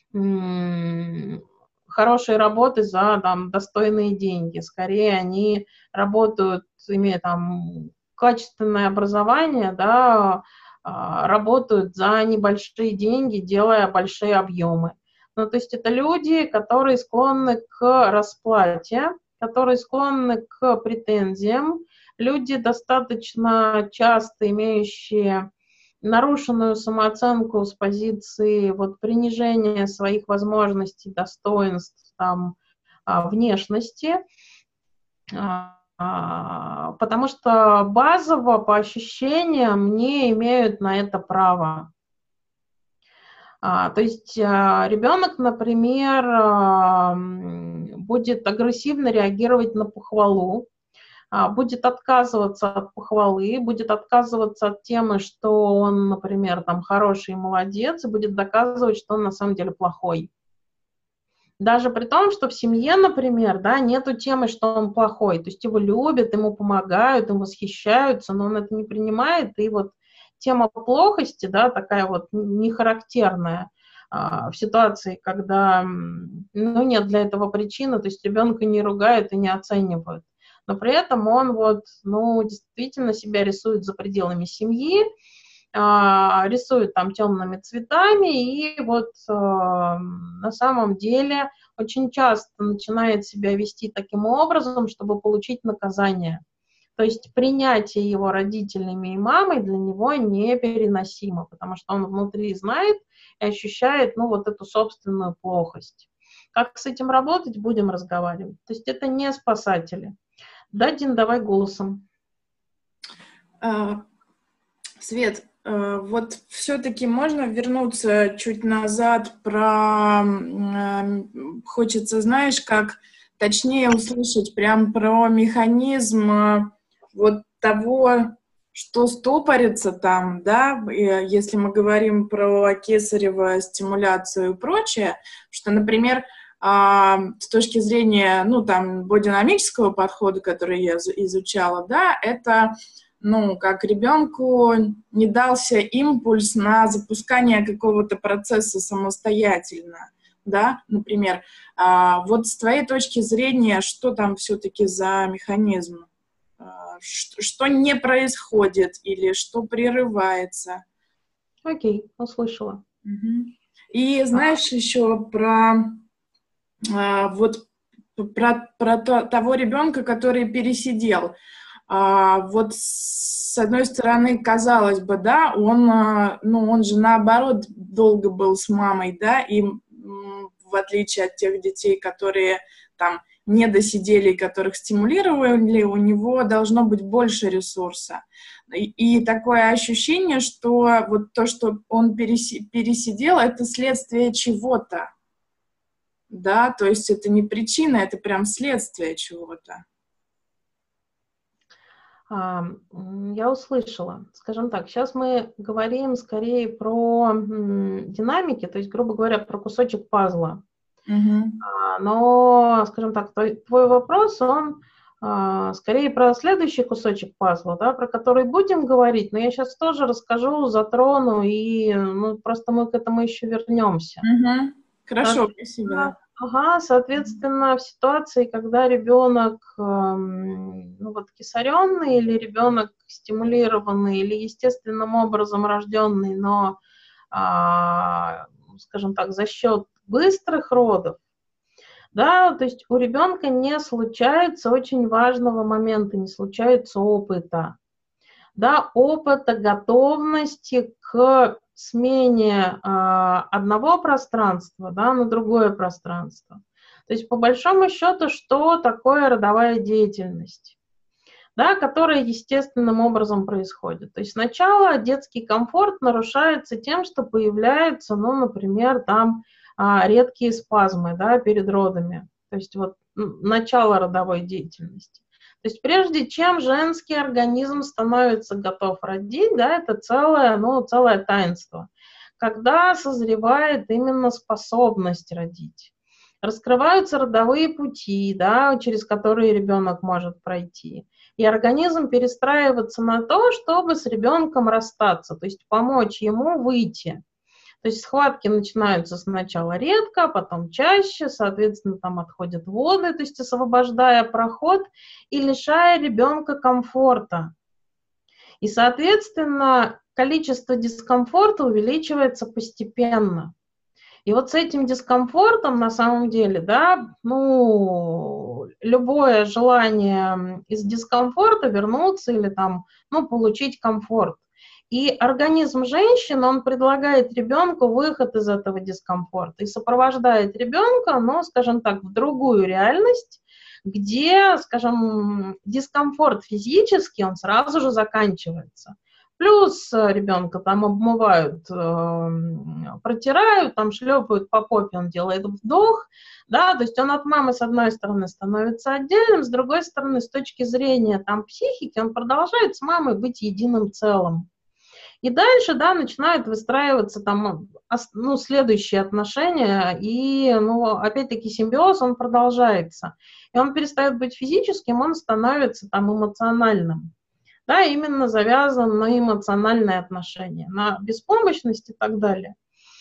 S1: м- хорошей работы за там достойные деньги. Скорее они работают, имея там качественное образование, да, работают за небольшие деньги, делая большие объемы. Ну, то есть это люди, которые склонны к расплате, которые склонны к претензиям, люди, достаточно часто имеющие нарушенную самооценку с позиции вот, принижения своих возможностей, достоинств, там, внешности, потому что базово, по ощущениям, не имеют на это права. То есть ребенок, например, будет агрессивно реагировать на похвалу, будет отказываться от похвалы, будет отказываться от темы, что он, например, там хороший и молодец, и будет доказывать, что он на самом деле плохой. Даже при том, что в семье, например, да, нету темы, что он плохой. То есть его любят, ему помогают, им восхищаются, но он это не принимает. И вот тема плохости, да, такая вот нехарактерная а, в ситуации, когда ну, нет для этого причины, то есть ребенка не ругают и не оценивают. Но при этом он вот, ну, действительно себя рисует за пределами семьи, рисует там темными цветами и вот э, на самом деле очень часто начинает себя вести таким образом, чтобы получить наказание. То есть принятие его родителями и мамой для него непереносимо, потому что он внутри знает и ощущает, ну, вот эту собственную плохость. Как с этим работать, будем разговаривать. То есть это не спасатели. Да, Дин, давай голосом.
S3: А, Свет, вот все-таки можно вернуться чуть назад про... Хочется, знаешь, как точнее услышать прям про механизм вот того, что стопорится там, да, если мы говорим про кесарево стимуляцию и прочее, что, например, с точки зрения, ну, там, бодинамического подхода, который я изучала, да, это... ну, как ребенку не дался импульс на запускание какого-то процесса самостоятельно, да, например. А, вот с твоей точки зрения, что там все-таки за механизм? А, что, что не происходит или что прерывается?
S1: Окей, услышала.
S3: Угу. И знаешь еще про а, вот про, про то, того ребенка, который пересидел. А, вот с одной стороны, казалось бы, да, он, а, ну, он же наоборот долго был с мамой, да, и м, в отличие от тех детей, которые там не досидели, которых стимулировали, у него должно быть больше ресурса. И, и такое ощущение, что вот то, что он переси, пересидел, это следствие чего-то, да, то есть это не причина, это прям следствие чего-то.
S1: А, Я услышала. Скажем так, сейчас мы говорим скорее про м, динамики, то есть, грубо говоря, про кусочек пазла.
S3: Угу.
S1: А, Но, скажем так, твой, твой вопрос, он а, скорее про следующий кусочек пазла, да, про который будем говорить, но я сейчас тоже расскажу, затрону, и ну, просто мы к этому еще вернемся.
S3: Угу. Хорошо,
S1: Так,
S3: спасибо.
S1: Ага, соответственно, в ситуации, когда ребенок эм, ну, вот, кесаренный или ребенок стимулированный или естественным образом рожденный, но, а, скажем так, за счет быстрых родов, да, то есть у ребенка не случается очень важного момента, не случается опыта, да, опыта готовности к смене а, одного пространства, да, на другое пространство. То есть, по большому счету, что такое родовая деятельность, да, которая естественным образом происходит. То есть сначала детский комфорт нарушается тем, что появляются, ну, например, там а, редкие спазмы, да, перед родами. То есть вот начало родовой деятельности. То есть прежде чем женский организм становится готов родить, да, это целое, ну, целое таинство, когда созревает именно способность родить. Раскрываются родовые пути, да, через которые ребенок может пройти. И организм перестраивается на то, чтобы с ребенком расстаться, то есть помочь ему выйти. То есть схватки начинаются сначала редко, потом чаще, соответственно, там отходят воды, то есть освобождая проход и лишая ребенка комфорта. И, соответственно, количество дискомфорта увеличивается постепенно. И вот с этим дискомфортом, на самом деле, да, ну, любое желание из дискомфорта вернуться или там, ну, получить комфорт. И организм женщины, он предлагает ребенку выход из этого дискомфорта и сопровождает ребенка, ну, скажем так, в другую реальность, где, скажем, дискомфорт физический, он сразу же заканчивается. Плюс ребенка там обмывают, протирают, там шлепают по попе, он делает вдох, да, то есть он от мамы, с одной стороны, становится отдельным, с другой стороны, с точки зрения там психики, он продолжает с мамой быть единым целым. И дальше, да, начинают выстраиваться там, ну, следующие отношения, и, ну, опять-таки симбиоз, он продолжается. И он перестает быть физическим, он становится там эмоциональным. Да, именно завязан на эмоциональные отношения, на беспомощность и так далее.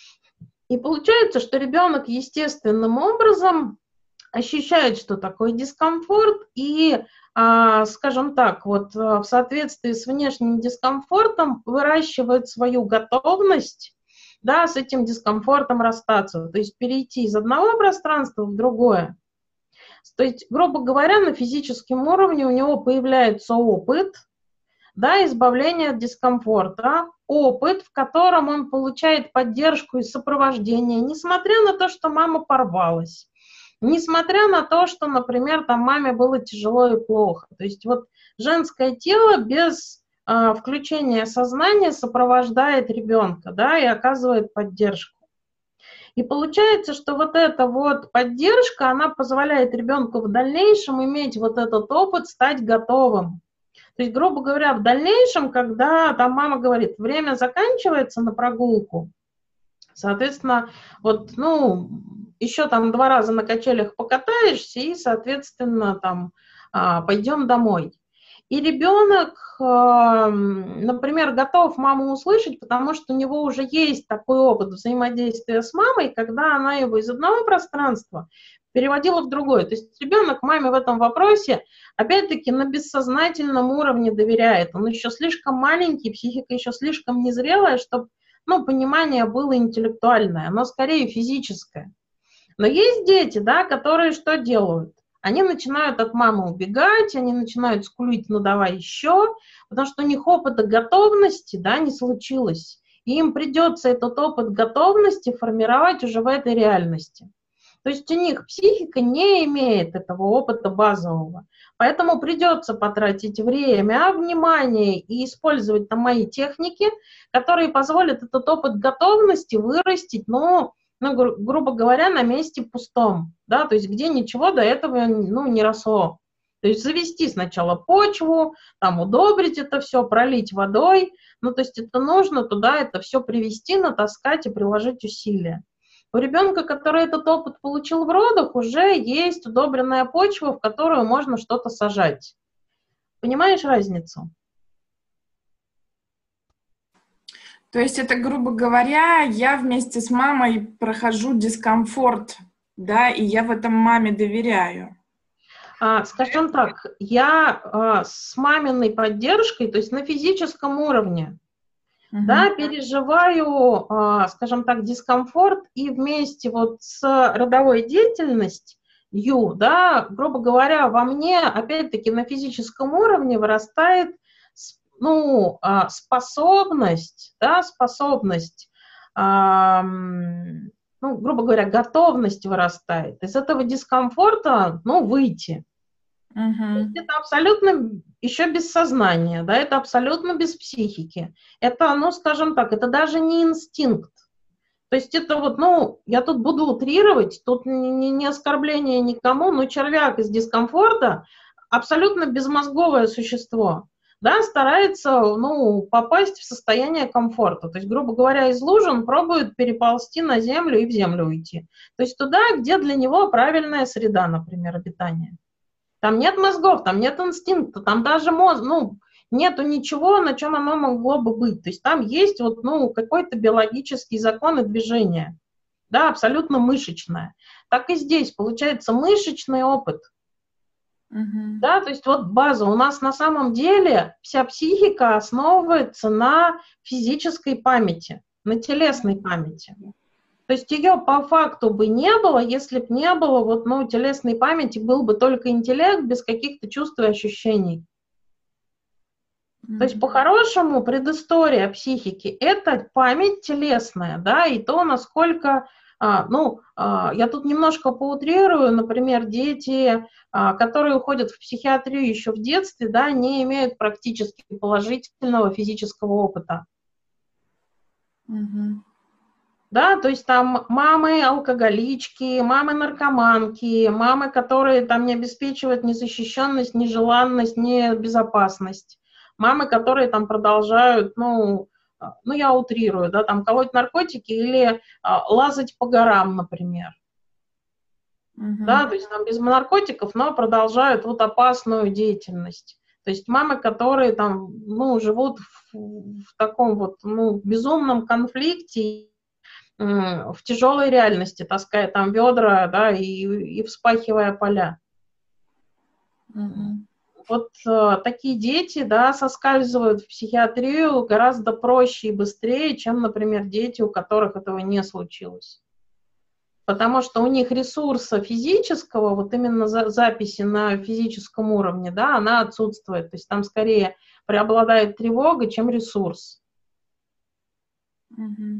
S1: И получается, что ребенок естественным образом ощущает, что такое дискомфорт, и, а, скажем так, вот в соответствии с внешним дискомфортом выращивает свою готовность, да, с этим дискомфортом расстаться, то есть перейти из одного пространства в другое. То есть, грубо говоря, на физическом уровне у него появляется опыт, да, избавление от дискомфорта, опыт, в котором он получает поддержку и сопровождение, несмотря на то, что мама порвалась, несмотря на то, что, например, там маме было тяжело и плохо. То есть вот женское тело без э, включения сознания сопровождает ребенка, да, и оказывает поддержку. И получается, что вот эта вот поддержка, она позволяет ребенку в дальнейшем иметь вот этот опыт, стать готовым. То есть, грубо говоря, в дальнейшем, когда там мама говорит, время заканчивается на прогулку, соответственно, вот, ну, еще там два раза на качелях покатаешься и, соответственно, там, пойдем домой. И ребенок, например, готов маму услышать, потому что у него уже есть такой опыт взаимодействия с мамой, когда она его из одного пространства переводила в другое. То есть ребенок маме в этом вопросе, опять-таки, на бессознательном уровне доверяет. Он еще слишком маленький, психика еще слишком незрелая, чтобы, ну, понимание было интеллектуальное, оно скорее физическое. Но есть дети, да, которые что делают? Они начинают от мамы убегать, они начинают скулить, ну давай еще, потому что у них опыта готовности, да, не случилось. И им придется этот опыт готовности формировать уже в этой реальности. То есть у них психика не имеет этого опыта базового. Поэтому придется потратить время, внимание и использовать там мои техники, которые позволят этот опыт готовности вырастить, ну, ну гру- грубо говоря, на месте пустом, да, то есть где ничего до этого, ну, не росло. То есть завести сначала почву, там удобрить это все, пролить водой, ну, то есть это нужно туда это все привести, натаскать и приложить усилия. У ребенка, который этот опыт получил в родах, уже есть удобренная почва, в которую можно что-то сажать. Понимаешь разницу?
S3: То есть это, грубо говоря, я вместе с мамой прохожу дискомфорт, да, и я в этом маме доверяю.
S1: А, скажем так, я а, с маминой поддержкой, то есть на физическом уровне,
S3: Мгм.
S1: да, переживаю, а, скажем так, дискомфорт, и вместе вот с родовой деятельностью, да, грубо говоря, во мне, опять-таки, на физическом уровне вырастает, с- ну, а, способность, да, способность, а, м, ну, грубо говоря, готовность вырастает. Из этого дискомфорта, ну, выйти.
S3: Мгм.
S1: Это абсолютно еще без сознания, да, это абсолютно без психики. Это, ну, скажем так, это даже не инстинкт. То есть это вот, ну, я тут буду утрировать, тут не, не оскорбление никому, но червяк из дискомфорта абсолютно безмозговое существо, да, старается, ну, попасть в состояние комфорта. То есть, грубо говоря, из лужи он пробует переползти на землю и в землю уйти. То есть туда, где для него правильная среда, например, обитания. Там нет мозгов, там нет инстинкта, там даже мозг, ну, нету ничего, на чем оно могло бы быть. То есть там есть вот, ну, какой-то биологический закон и движение, да, абсолютно мышечное. Так и здесь получается мышечный опыт,
S3: Мгм.
S1: да, то есть вот база. У нас на самом деле вся психика основывается на физической памяти, на телесной памяти. То есть ее по факту бы не было, если бы не было вот, ну, телесной памяти, был бы только интеллект без каких-то чувств и ощущений. То есть по-хорошему предыстория психики – это память телесная, да, и то, насколько, а, ну, а, я тут немножко поутрирую, например, дети, а, которые уходят в психиатрию еще в детстве, да, не имеют практически положительного физического опыта.
S3: Мгм.
S1: Да, то есть там мамы алкоголички, мамы наркоманки, мамы, которые там не обеспечивают ни защищенность, ни желанность, ни безопасность. Мамы, которые там продолжают, ну, а, ну я утрирую, да, там колоть наркотики или а, лазать по горам, например.
S3: Мгм.
S1: Да, то есть там без наркотиков, но продолжают вот опасную деятельность. То есть мамы, которые там, ну, живут в, в таком вот, ну, безумном конфликте, в тяжелой реальности, таская там ведра, да, и, и вспахивая поля.
S3: Мгм.
S1: Вот э, такие дети, да, соскальзывают в психиатрию гораздо проще и быстрее, чем, например, дети, у которых этого не случилось. Потому что у них ресурса физического, вот именно за, записи на физическом уровне, да, она отсутствует. То есть там скорее преобладает тревога, чем ресурс.
S3: Мгм.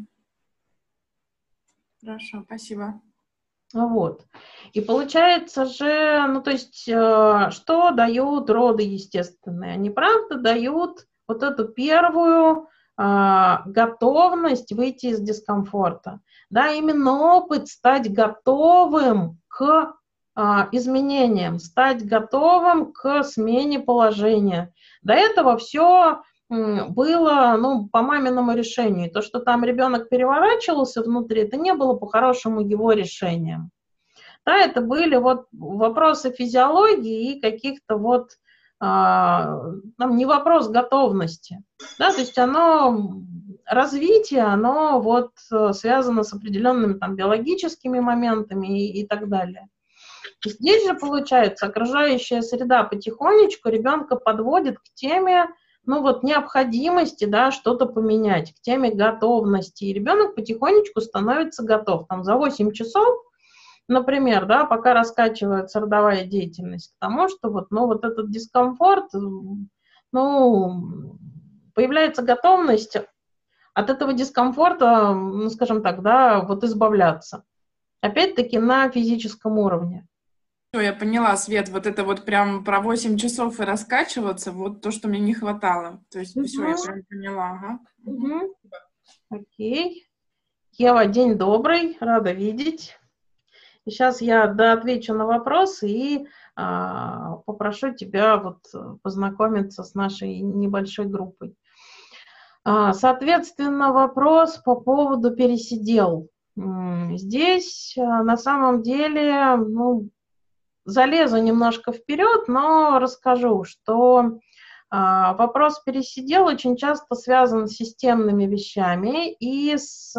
S3: Хорошо, спасибо.
S1: Вот. И получается же, ну, то есть, э, что дают роды естественные? Они, правда, дают вот эту первую э, готовность выйти из дискомфорта. Да, именно опыт стать готовым к э, изменениям, стать готовым к смене положения. До этого все было, ну, по маминому решению. То, что там ребенок переворачивался внутри, это не было по-хорошему его решением. Да, это были вот вопросы физиологии и каких-то вот, а, там не вопрос готовности. Да, то есть оно, развитие, оно вот связано с определенными там биологическими моментами и, и так далее. И здесь же, получается, окружающая среда потихонечку ребенка подводит к теме, ну вот, необходимости, да, что-то поменять, к теме готовности. И ребенок потихонечку становится готов. Там за восемь часов например, да, пока раскачивается родовая деятельность, к тому, что вот, ну, вот этот дискомфорт, ну, появляется готовность от этого дискомфорта, ну, скажем так, да, вот избавляться. Опять-таки на физическом уровне.
S3: Всё, я поняла, Свет, вот это вот прям про восемь часов и раскачиваться, вот то, что мне не хватало. То есть все, я
S1: Угу.
S3: прям поняла, ага.
S1: Угу. Окей. Ева, день добрый, рада видеть. И сейчас я доотвечу на вопросы и а, попрошу тебя вот познакомиться с нашей небольшой группой. А, соответственно, вопрос по поводу пересидел. Здесь а, на самом деле, ну, залезу немножко вперед, но расскажу, что а, вопрос пересидел очень часто связан с системными вещами и с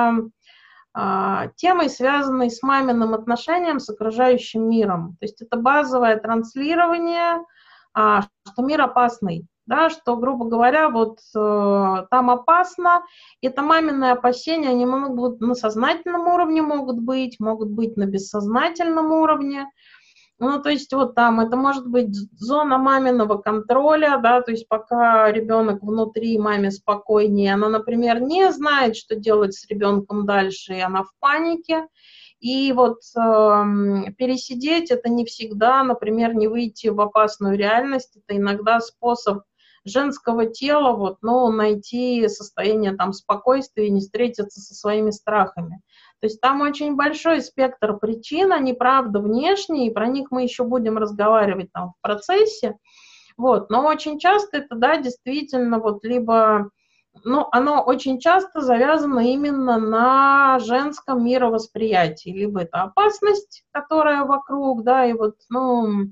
S1: а, темой, связанной с маминым отношением с окружающим миром. То есть это базовое транслирование, а, что мир опасный, да, что, грубо говоря, вот э, там опасно. Это маминые опасения, они могут на сознательном уровне могут быть, могут быть на бессознательном уровне. Ну, то есть вот там это может быть зона маминого контроля, да, то есть пока ребенок внутри, маме спокойнее, она, например, не знает, что делать с ребенком дальше, и она в панике. И вот э, пересидеть это не всегда, например, не выйти в опасную реальность, это иногда способ женского тела, вот, ну, найти состояние там спокойствия и не встретиться со своими страхами. То есть там очень большой спектр причин, они, правда, внешние, и про них мы еще будем разговаривать там в процессе. Вот. Но очень часто это, да, действительно, вот либо, ну, оно очень часто завязано именно на женском мировосприятии. Либо это опасность, которая вокруг, да, и вот, ну,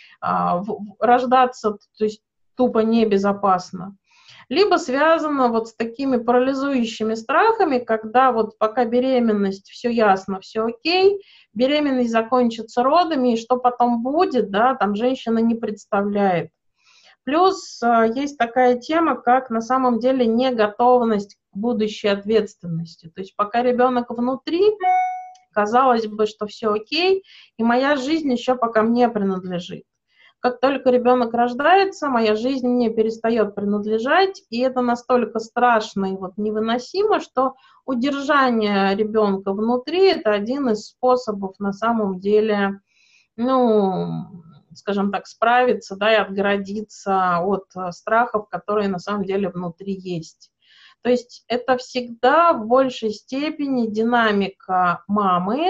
S1: рождаться, то есть тупо небезопасно. Либо связано вот с такими парализующими страхами, когда вот пока беременность, все ясно, все окей, беременность закончится родами, и что потом будет, да, там женщина не представляет. Плюс есть такая тема, как на самом деле неготовность к будущей ответственности. То есть пока ребенок внутри, казалось бы, что все окей, и моя жизнь еще пока мне принадлежит. Как только ребенок рождается, моя жизнь мне перестает принадлежать, и это настолько страшно и вот невыносимо, что удержание ребенка внутри – это один из способов на самом деле, ну, скажем так, справиться, да, и отгородиться от страхов, которые на самом деле внутри есть. То есть это всегда в большей степени динамика мамы.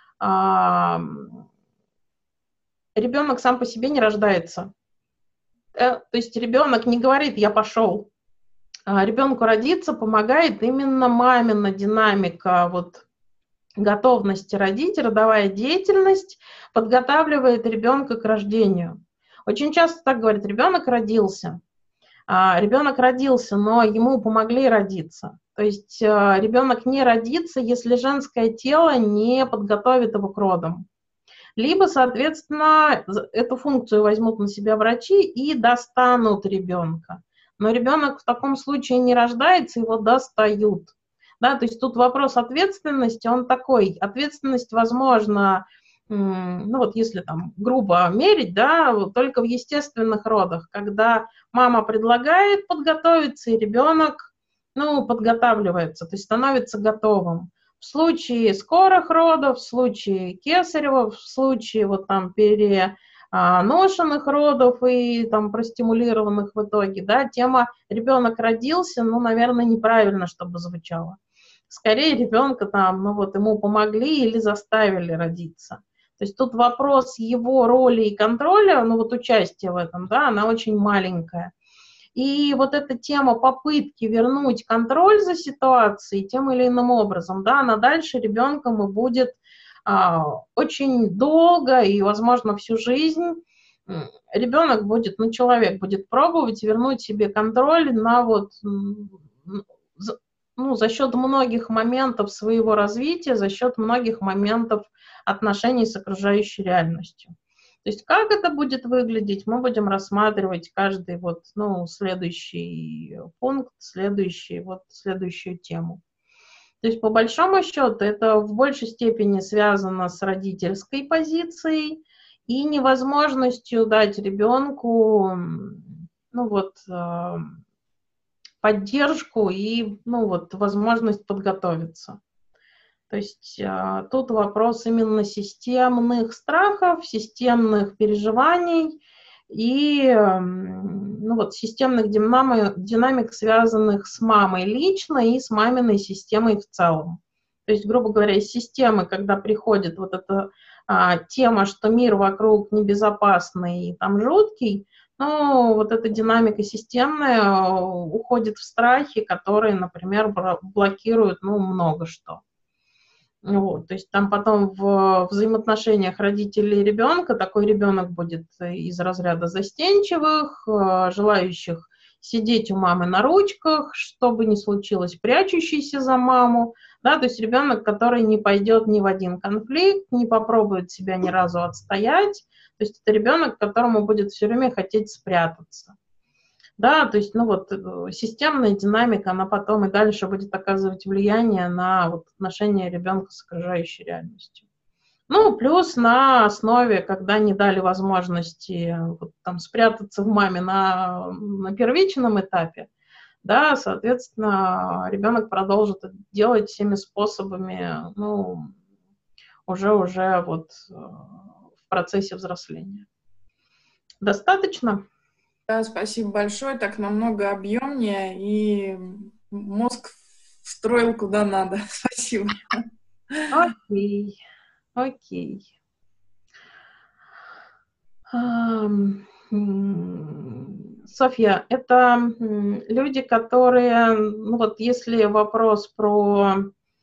S1: Ребенок сам по себе не рождается. То есть ребенок не говорит «я пошел». Ребенку родиться помогает именно мамина динамика, вот, готовности родить, родовая деятельность подготавливает ребенка к рождению. Очень часто так говорят: ребенок родился. Ребенок родился, но ему помогли родиться. То есть ребенок не родится, если женское тело не подготовит его к родам. Либо, соответственно, эту функцию возьмут на себя врачи и достанут ребенка. Но ребенок в таком случае не рождается, его достают. Да, то есть тут вопрос ответственности, он такой. Ответственность, возможно, ну вот если там грубо мерить, да, только в естественных родах, когда мама предлагает подготовиться, и ребенок, ну, подготавливается, то есть становится готовым. В случае скорых родов, в случае кесарева, в случае вот там переношенных родов и там простимулированных в итоге, да, тема «ребенок родился», ну, наверное, неправильно, чтобы звучало. Скорее ребенка там, ну вот ему помогли или заставили родиться. То есть тут вопрос его роли и контроля, ну вот участия в этом, да, она очень маленькая. И вот эта тема попытки вернуть контроль за ситуацией тем или иным образом, да, она дальше ребенком и будет а, очень долго и, возможно, всю жизнь ребенок будет, ну, человек будет пробовать вернуть себе контроль на вот, ну, за счет многих моментов своего развития, за счет многих моментов отношений с окружающей реальностью. То есть как это будет выглядеть, мы будем рассматривать каждый вот, ну, следующий пункт, следующий, вот, следующую тему. То есть, по большому счету, это в большей степени связано с родительской позицией и невозможностью дать ребенку, ну вот, поддержку и, ну вот, возможность подготовиться. То есть тут вопрос именно системных страхов, системных переживаний и, ну вот, системных динамик, динамик, связанных с мамой лично и с маминой системой в целом. То есть, грубо говоря, из системы, когда приходит вот эта а, тема, что мир вокруг небезопасный и там жуткий, ну, вот эта динамика системная уходит в страхи, которые, например, блокируют, ну, много что. Вот, то есть там потом в взаимоотношениях родителей и ребенка такой ребенок будет из разряда застенчивых, желающих сидеть у мамы на ручках, что бы ни случилось, прячущийся за маму, да, то есть ребенок, который не пойдет ни в один конфликт, не попробует себя ни разу отстоять, то есть это ребенок, которому будет все время хотеть спрятаться. Да, то есть, ну вот, системная динамика, она потом и дальше будет оказывать влияние на вот, отношения ребенка с окружающей реальностью. Ну, плюс на основе, когда не дали возможности вот, там, спрятаться в маме на, на первичном этапе, да, соответственно, ребенок продолжит это делать всеми способами, ну, уже-уже вот в процессе взросления. Достаточно?
S3: Да, спасибо большое, так намного объемнее, и мозг встроил куда надо. Спасибо.
S1: Окей, окей. Софья, это люди, которые, ну вот если вопрос про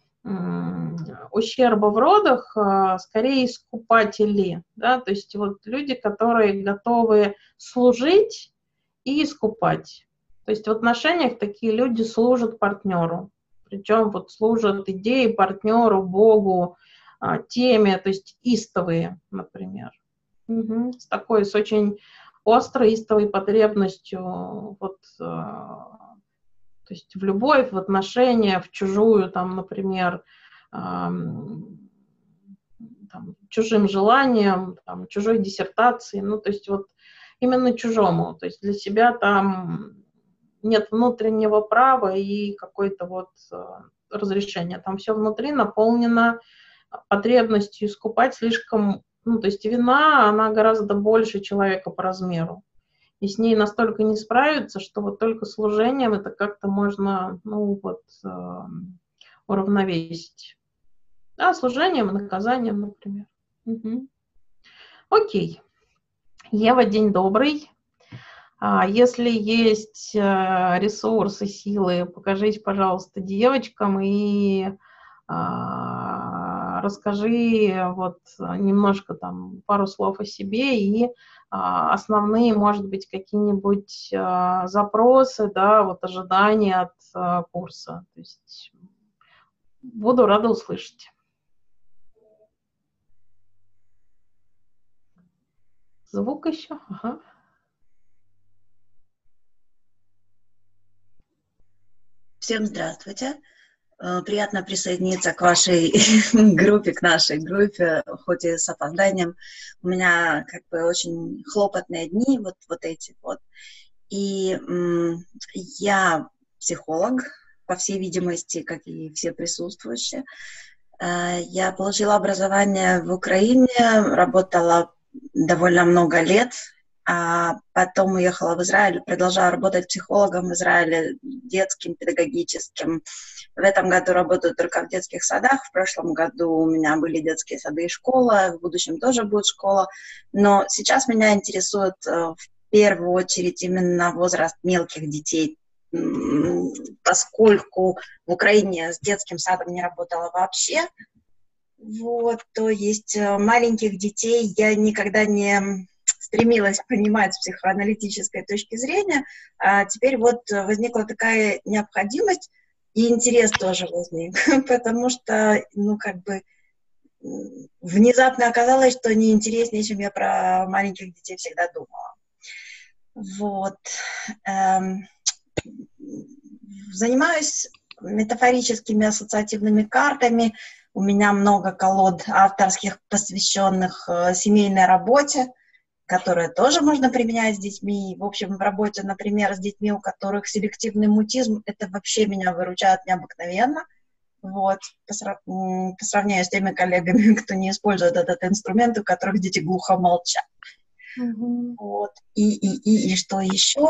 S1: ущерба в родах, скорее искупатели, да, то есть вот люди, которые готовы служить и искупать. То есть в отношениях такие люди служат партнеру, причем вот служат идее, партнеру, Богу, теме, то есть истовые, например. Угу. С такой, с очень острой истовой потребностью вот, то есть в любовь, в отношения, в чужую, там, например, там, чужим желанием, там, чужой диссертацией, ну, то есть вот именно чужому, то есть для себя там нет внутреннего права и какое-то вот разрешения, там все внутри наполнено потребностью искупать слишком, ну, то есть вина, она гораздо больше человека по размеру, и с ней настолько не справиться, что вот только служением это как-то можно, ну, вот, уравновесить. Да, служением и наказанием, например. Угу. Окей. Ева, день добрый. Если есть ресурсы, силы, покажите, пожалуйста, девочкам и расскажи вот немножко там пару слов о себе и основные, может быть, какие-нибудь запросы, да, вот ожидания от курса. То есть буду рада услышать. Звук еще? Ага.
S4: Всем здравствуйте. Приятно присоединиться к вашей группе, к нашей группе, хоть и с опозданием. У меня как бы очень хлопотные дни, вот, вот эти вот. И м, я психолог, по всей видимости, как и все присутствующие. Я получила образование в Украине, работала довольно много лет, а потом уехала в Израиль, продолжала работать психологом в Израиле, детским, педагогическим. В этом году работаю только в детских садах, в прошлом году у меня были детские сады и школа, в будущем тоже будет школа, но сейчас меня интересует в первую очередь именно возраст мелких детей, поскольку в Украине с детским садом не работала вообще. Вот, то есть маленьких детей я никогда не стремилась понимать с психоаналитической точки зрения, а теперь вот возникла такая необходимость, и интерес тоже возник, потому что, ну, как бы, внезапно оказалось, что неинтереснее, чем я про маленьких детей всегда думала. Вот. Эм, занимаюсь метафорическими ассоциативными картами. У меня много колод авторских, посвященных э, семейной работе, которые тоже можно применять с детьми. В общем, в работе, например, с детьми, у которых селективный мутизм, это вообще меня выручает необыкновенно. Вот, по, срав... по сравнению с теми коллегами, кто не использует этот инструмент, у которых дети глухо молчат. Mm-hmm. Вот. И, и, и, и что еще?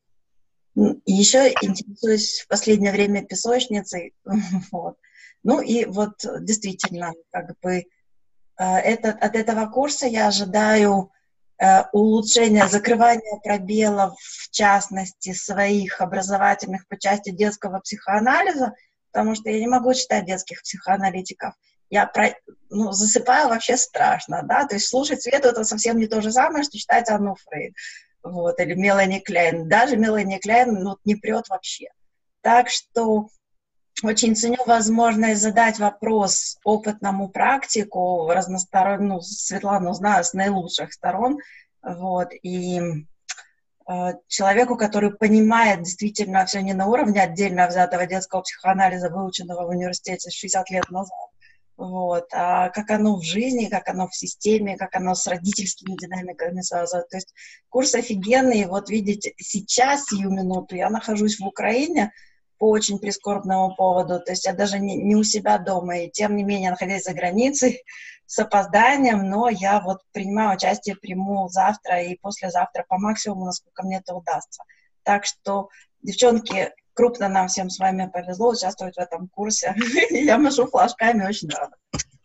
S4: И еще интересуюсь в последнее время песочницей. Вот. Ну и вот действительно, как бы это, от этого курса я ожидаю э, улучшения, закрывания пробелов, в частности, своих образовательных по части детского психоанализа, потому что я не могу читать детских психоаналитиков. Я про, ну, засыпаю вообще страшно, да, то есть слушать Свету это совсем не то же самое, что читать Анну Фрейд, вот, или Мелани Клейн. Даже Мелани Клейн, ну, не прет вообще. Так что очень ценю возможность задать вопрос опытному практику, разностороннему, ну, Светлану знаю с наилучших сторон, вот, и э, человеку, который понимает действительно все не на уровне отдельно взятого детского психоанализа, выученного в университете шестьдесят лет назад, вот, а как оно в жизни, как оно в системе, как оно с родительскими динамиками связано. То есть курс офигенный, вот видите, сейчас, сию минуту, я нахожусь в Украине, по очень прискорбному поводу, то есть я даже не, не у себя дома, и тем не менее, находясь за границей, с опозданием, но я вот принимаю участие, приму завтра и послезавтра по максимуму, насколько мне это удастся. Так что, девчонки, крупно нам всем с вами повезло участвовать в этом курсе. Я машу флажками, очень рада.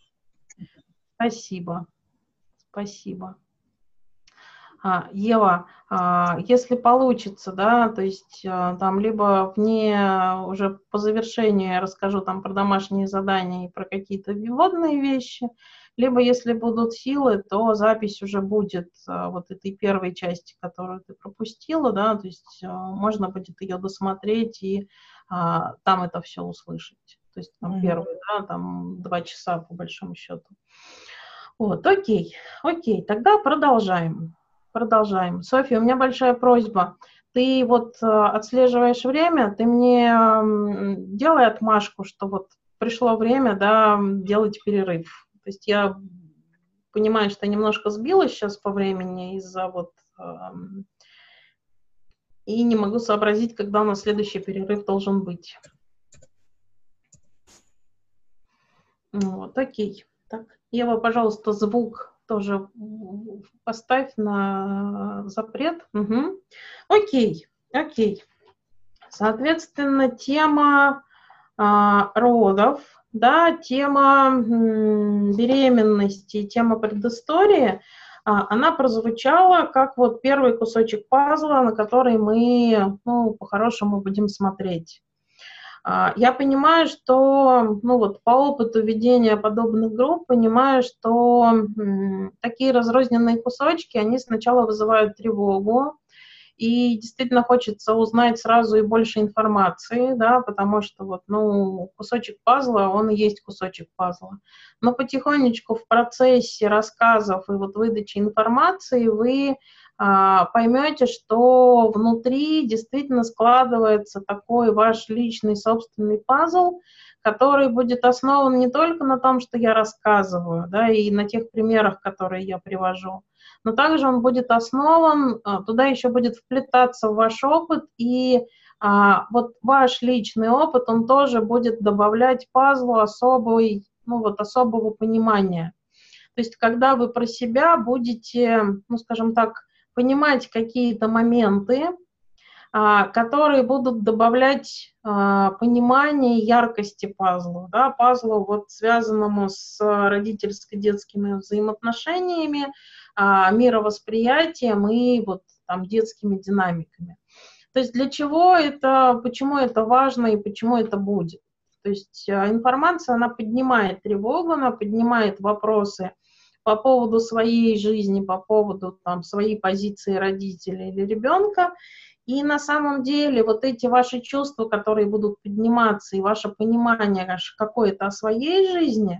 S1: Спасибо. Спасибо. А, Ева, а, если получится, да, то есть а, там либо вне, уже по завершению я расскажу там про домашние задания и про какие-то вводные вещи, либо если будут силы, то запись уже будет а, вот этой первой части, которую ты пропустила, да, то есть а, можно будет ее досмотреть и а, там это все услышать. То есть там mm-hmm. первые, да, там два часа по большому счету. Вот, окей, окей, тогда продолжаем. Продолжаем. Софья, у меня большая просьба. Ты вот э, отслеживаешь время, ты мне э, делай отмашку, что вот пришло время, да, делать перерыв. То есть я понимаю, что я немножко сбилась сейчас по времени из-за вот... Э, и не могу сообразить, когда у нас следующий перерыв должен быть. Вот, окей. Так, Ева, пожалуйста, звук тоже поставь на запрет. Угу. Окей, окей. Соответственно, тема а, родов, да, тема м, беременности, тема предыстории, а, она прозвучала как вот первый кусочек пазла, на который мы, ну, по-хорошему будем смотреть. Я понимаю, что, ну вот по опыту ведения подобных групп, понимаю, что м, такие разрозненные кусочки, они сначала вызывают тревогу, и действительно хочется узнать сразу и больше информации, да, потому что вот, ну, кусочек пазла, он и есть кусочек пазла. Но потихонечку в процессе рассказов и вот выдачи информации вы поймете, что внутри действительно складывается такой ваш личный собственный пазл, который будет основан не только на том, что я рассказываю, да, и на тех примерах, которые я привожу, но также он будет основан, туда еще будет вплетаться ваш опыт, и а, вот ваш личный опыт, он тоже будет добавлять пазлу особой, ну вот особого понимания. То есть когда вы про себя будете, ну скажем так, понимать какие-то моменты, а, которые будут добавлять а, понимание и яркости пазлу, да, пазлу, вот, связанному с родительско-детскими взаимоотношениями, а, мировосприятием и вот, там, детскими динамиками. То есть для чего это, почему это важно и почему это будет. То есть а, информация, она поднимает тревогу, она поднимает вопросы по поводу своей жизни, по поводу там, своей позиции родителя или ребенка. И на самом деле вот эти ваши чувства, которые будут подниматься, и ваше понимание какое-то о своей жизни,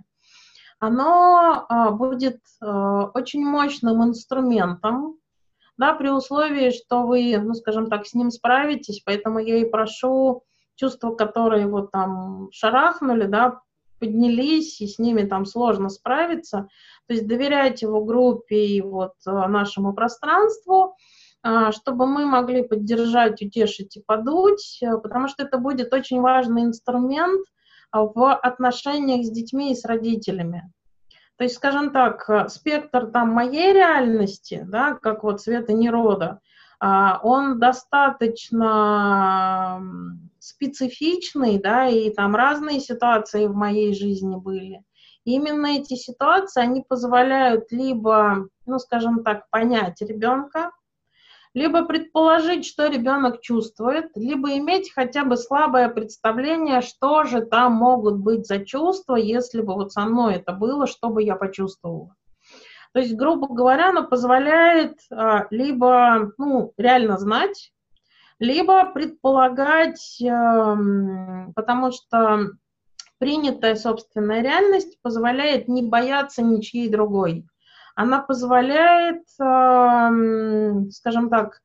S1: оно а, будет а, очень мощным инструментом, да, при условии, что вы, ну, скажем так, с ним справитесь. Поэтому я и прошу чувства, которые вот там шарахнули, да, поднялись, и с ними там сложно справиться. То есть доверяйте его группе и вот нашему пространству, чтобы мы могли поддержать, утешить и подуть, потому что это будет очень важный инструмент в отношениях с детьми и с родителями. То есть, скажем так, спектр там моей реальности, да, как вот Света Нерода, он достаточно специфичный, да, и там разные ситуации в моей жизни были. И именно эти ситуации, они позволяют либо, ну, скажем так, понять ребенка, либо предположить, что ребенок чувствует, либо иметь хотя бы слабое представление, что же там могут быть за чувства, если бы вот со мной это было, что бы я почувствовала. То есть, грубо говоря, оно позволяет а, либо ну, реально знать, либо предполагать, а, потому что принятая собственная реальность позволяет не бояться ничьей другой. Она позволяет, скажем так,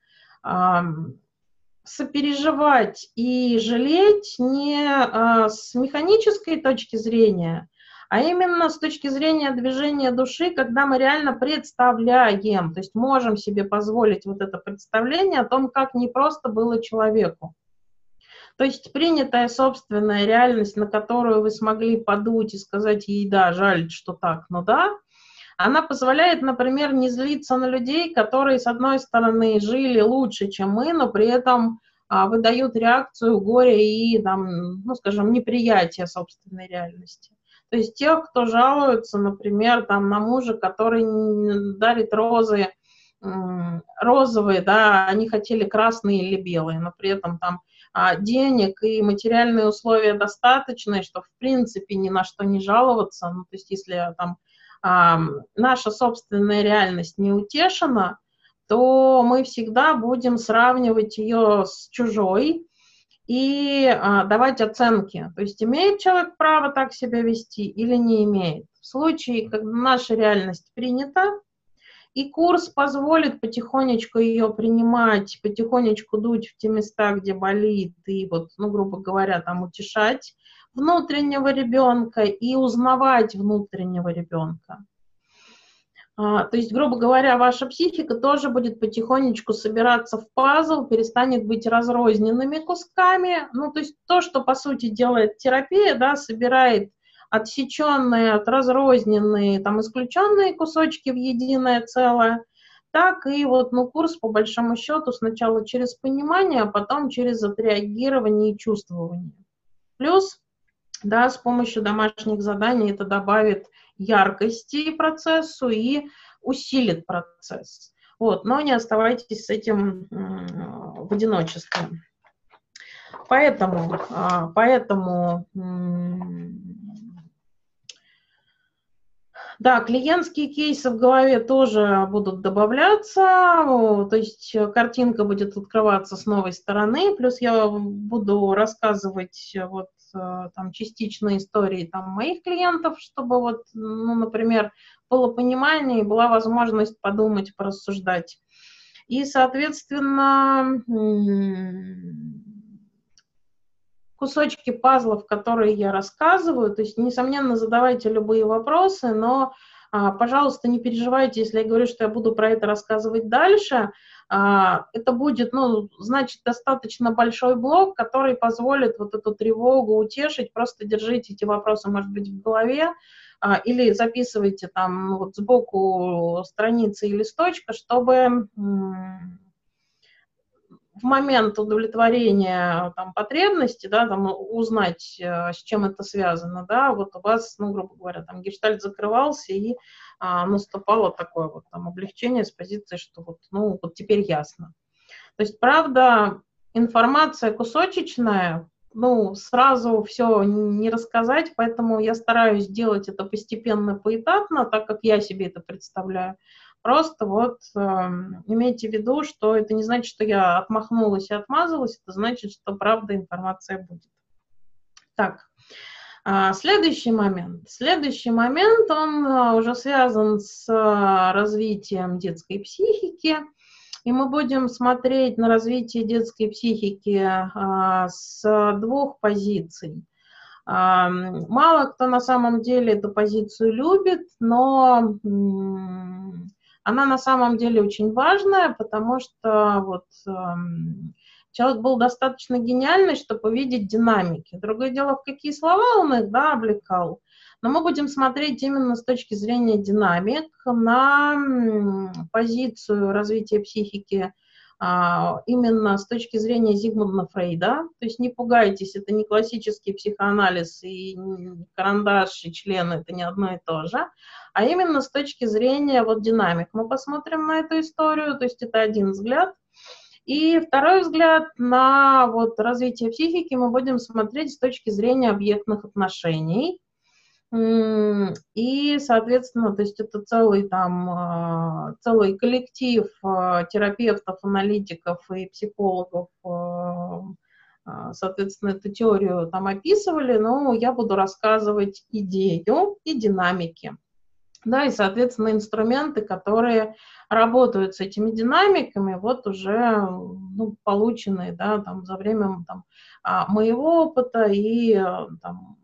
S1: сопереживать и жалеть не с механической точки зрения, а именно с точки зрения движения души, когда мы реально представляем, то есть можем себе позволить вот это представление о том, как непросто было человеку. То есть принятая собственная реальность, на которую вы смогли подуть и сказать ей, да, жаль, что так, но да, она позволяет, например, не злиться на людей, которые, с одной стороны, жили лучше, чем мы, но при этом а, выдают реакцию горя и, там, ну, скажем, неприятия собственной реальности. То есть тех, кто жалуется, например, там, на мужа, который дарит розы, розовые, да, они хотели красные или белые, но при этом там а, денег и материальные условия достаточные, что в принципе ни на что не жаловаться. Ну, то есть если там наша собственная реальность не утешена, то мы всегда будем сравнивать ее с чужой и а, давать оценки. То есть имеет человек право так себя вести или не имеет. В случае, когда наша реальность принята, и курс позволит потихонечку ее принимать, потихонечку дуть в те места, где болит, и вот, ну, грубо говоря, там утешать внутреннего ребенка и узнавать внутреннего ребенка. А, то есть, грубо говоря, ваша психика тоже будет потихонечку собираться в пазл, перестанет быть разрозненными кусками. Ну, то есть то, что, по сути, делает терапия, да, собирает отсеченные, от разрозненные, там, исключенные кусочки в единое целое, так и вот, ну, курс, по большому счету, сначала через понимание, а потом через отреагирование и чувствование. Плюс, да, с помощью домашних заданий это добавит яркости процессу и усилит процесс. Вот, но не оставайтесь с этим в одиночестве. Поэтому, поэтому, да, клиентские кейсы в голове тоже будут добавляться, то есть картинка будет открываться с новой стороны, плюс я буду рассказывать вот там частичные истории там моих клиентов, чтобы вот, ну, например, было понимание и была возможность подумать, порассуждать. И, соответственно, кусочки пазлов, которые я рассказываю, то есть, несомненно, задавайте любые вопросы, но, пожалуйста, не переживайте, если я говорю, что я буду про это рассказывать дальше. Это будет, ну, значит, достаточно большой блок, который позволит вот эту тревогу утешить. Просто держите эти вопросы, может быть, в голове, или записывайте там, ну, вот сбоку страницы и листочка, чтобы в момент удовлетворения там, потребности, да, там, узнать, с чем это связано, да, вот у вас, ну, грубо говоря, там гештальт закрывался, и а, наступало такое вот там облегчение с позиции, что вот, ну, вот теперь ясно. То есть, правда, информация кусочечная, ну, сразу все не рассказать, поэтому я стараюсь делать это постепенно, поэтапно, так как я себе это представляю. Просто вот э, имейте в виду, что это не значит, что я отмахнулась и отмазалась, это значит, что правда информация будет. Так, э, следующий момент. Следующий момент, он э, уже связан с э, развитием детской психики. И мы будем смотреть на развитие детской психики а, с двух позиций. А, мало кто на самом деле эту позицию любит, но м, она на самом деле очень важная, потому что вот, м, человек был достаточно гениальный, чтобы увидеть динамики. Другое дело, в какие слова он их, да, облекал. Но мы будем смотреть именно с точки зрения динамик на м, позицию развития психики а, именно с точки зрения Зигмунда Фрейда. То есть не пугайтесь, это не классический психоанализ и не карандаш и члены, это не одно и то же, а именно с точки зрения вот динамик. Мы посмотрим на эту историю, то есть это один взгляд. И второй взгляд на вот развитие психики мы будем смотреть с точки зрения объектных отношений. И, соответственно, то есть это целый там, целый коллектив терапевтов, аналитиков и психологов, соответственно, эту теорию там описывали, но я буду рассказывать идею и динамики. Да, и, соответственно, инструменты, которые работают с этими динамиками, вот уже ну, полученные, да, там, за время там, моего опыта и там,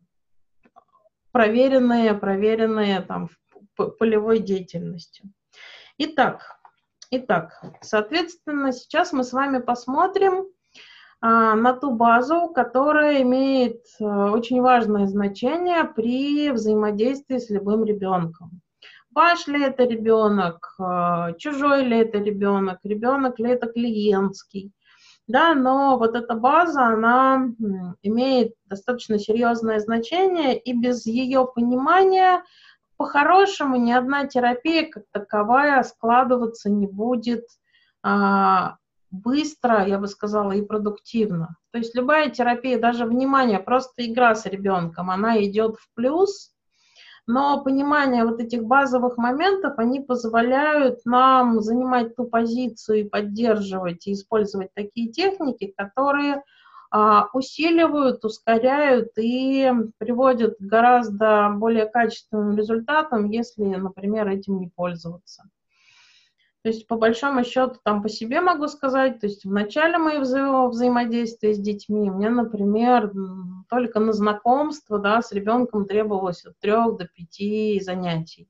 S1: проверенные, проверенные там, полевой деятельностью. Итак, итак, соответственно, сейчас мы с вами посмотрим а, на ту базу, которая имеет а, очень важное значение при взаимодействии с любым ребенком. Ваш ли это ребенок, а, чужой ли это ребенок, ребенок ли это клиентский. Да, но вот эта база, она имеет достаточно серьезное значение, и без ее понимания, по-хорошему, ни одна терапия как таковая складываться не будет а, быстро, я бы сказала, и продуктивно. То есть любая терапия, даже внимание, просто игра с ребенком, она идет в плюс, но понимание вот этих базовых моментов, они позволяют нам занимать ту позицию и поддерживать, и использовать такие техники, которые а, усиливают, ускоряют и приводят к гораздо более качественным результатам, если, например, этим не пользоваться. То есть, по большому счету, там по себе могу сказать, то есть в начале моего вза- взаимодействия с детьми мне, например, только на знакомство, да, с ребенком требовалось от трех до пяти занятий.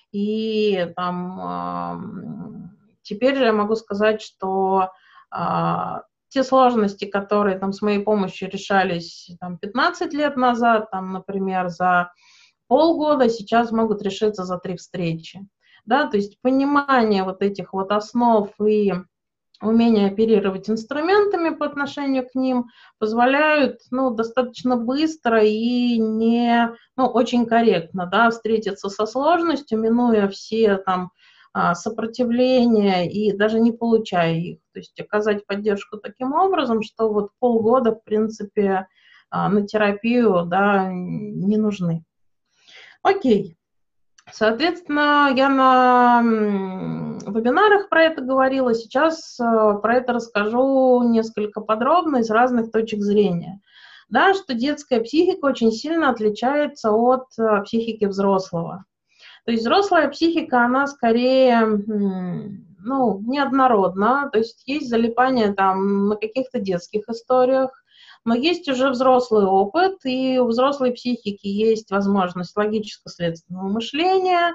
S1: И там э, теперь же я могу сказать, что э, те сложности, которые там с моей помощью решались там, пятнадцать лет назад, там, например, за полгода, сейчас могут решиться за три встречи. Да, то есть понимание вот этих вот основ и умение оперировать инструментами по отношению к ним позволяют ну, достаточно быстро и не, ну, очень корректно да, встретиться со сложностью, минуя все там, сопротивления и даже не получая их. То есть оказать поддержку таким образом, что вот полгода, в принципе, на терапию да, не нужны. Окей. Соответственно, я на вебинарах про это говорила, сейчас про это расскажу несколько подробно из разных точек зрения. Да, что детская психика очень сильно отличается от психики взрослого. То есть взрослая психика, она скорее ну, неоднородна, то есть есть залипание там на каких-то детских историях, но есть уже взрослый опыт, и у взрослой психики есть возможность логическо-следственного мышления,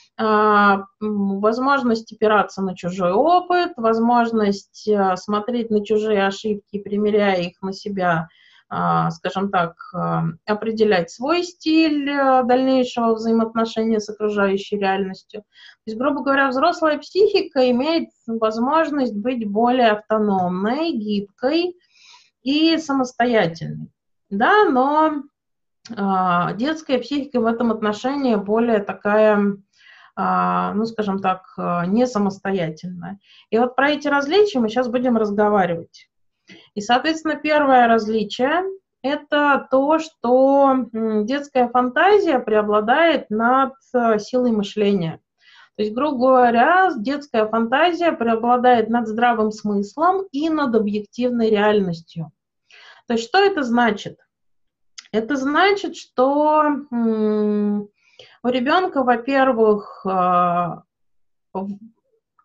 S1: возможность опираться на чужой опыт, возможность смотреть на чужие ошибки, примеряя их на себя, скажем так, определять свой стиль дальнейшего взаимоотношения с окружающей реальностью. То есть, грубо говоря, взрослая психика имеет возможность быть более автономной, гибкой, и самостоятельный, да, но э, детская психика в этом отношении более такая, э, ну, скажем так, э, не самостоятельная. И вот про эти различия мы сейчас будем разговаривать. И, соответственно, первое различие – это то, что детская фантазия преобладает над силой мышления. То есть, грубо говоря, детская фантазия преобладает над здравым смыслом и над объективной реальностью. То есть, что это значит? Это значит, что м- у ребенка, во-первых, как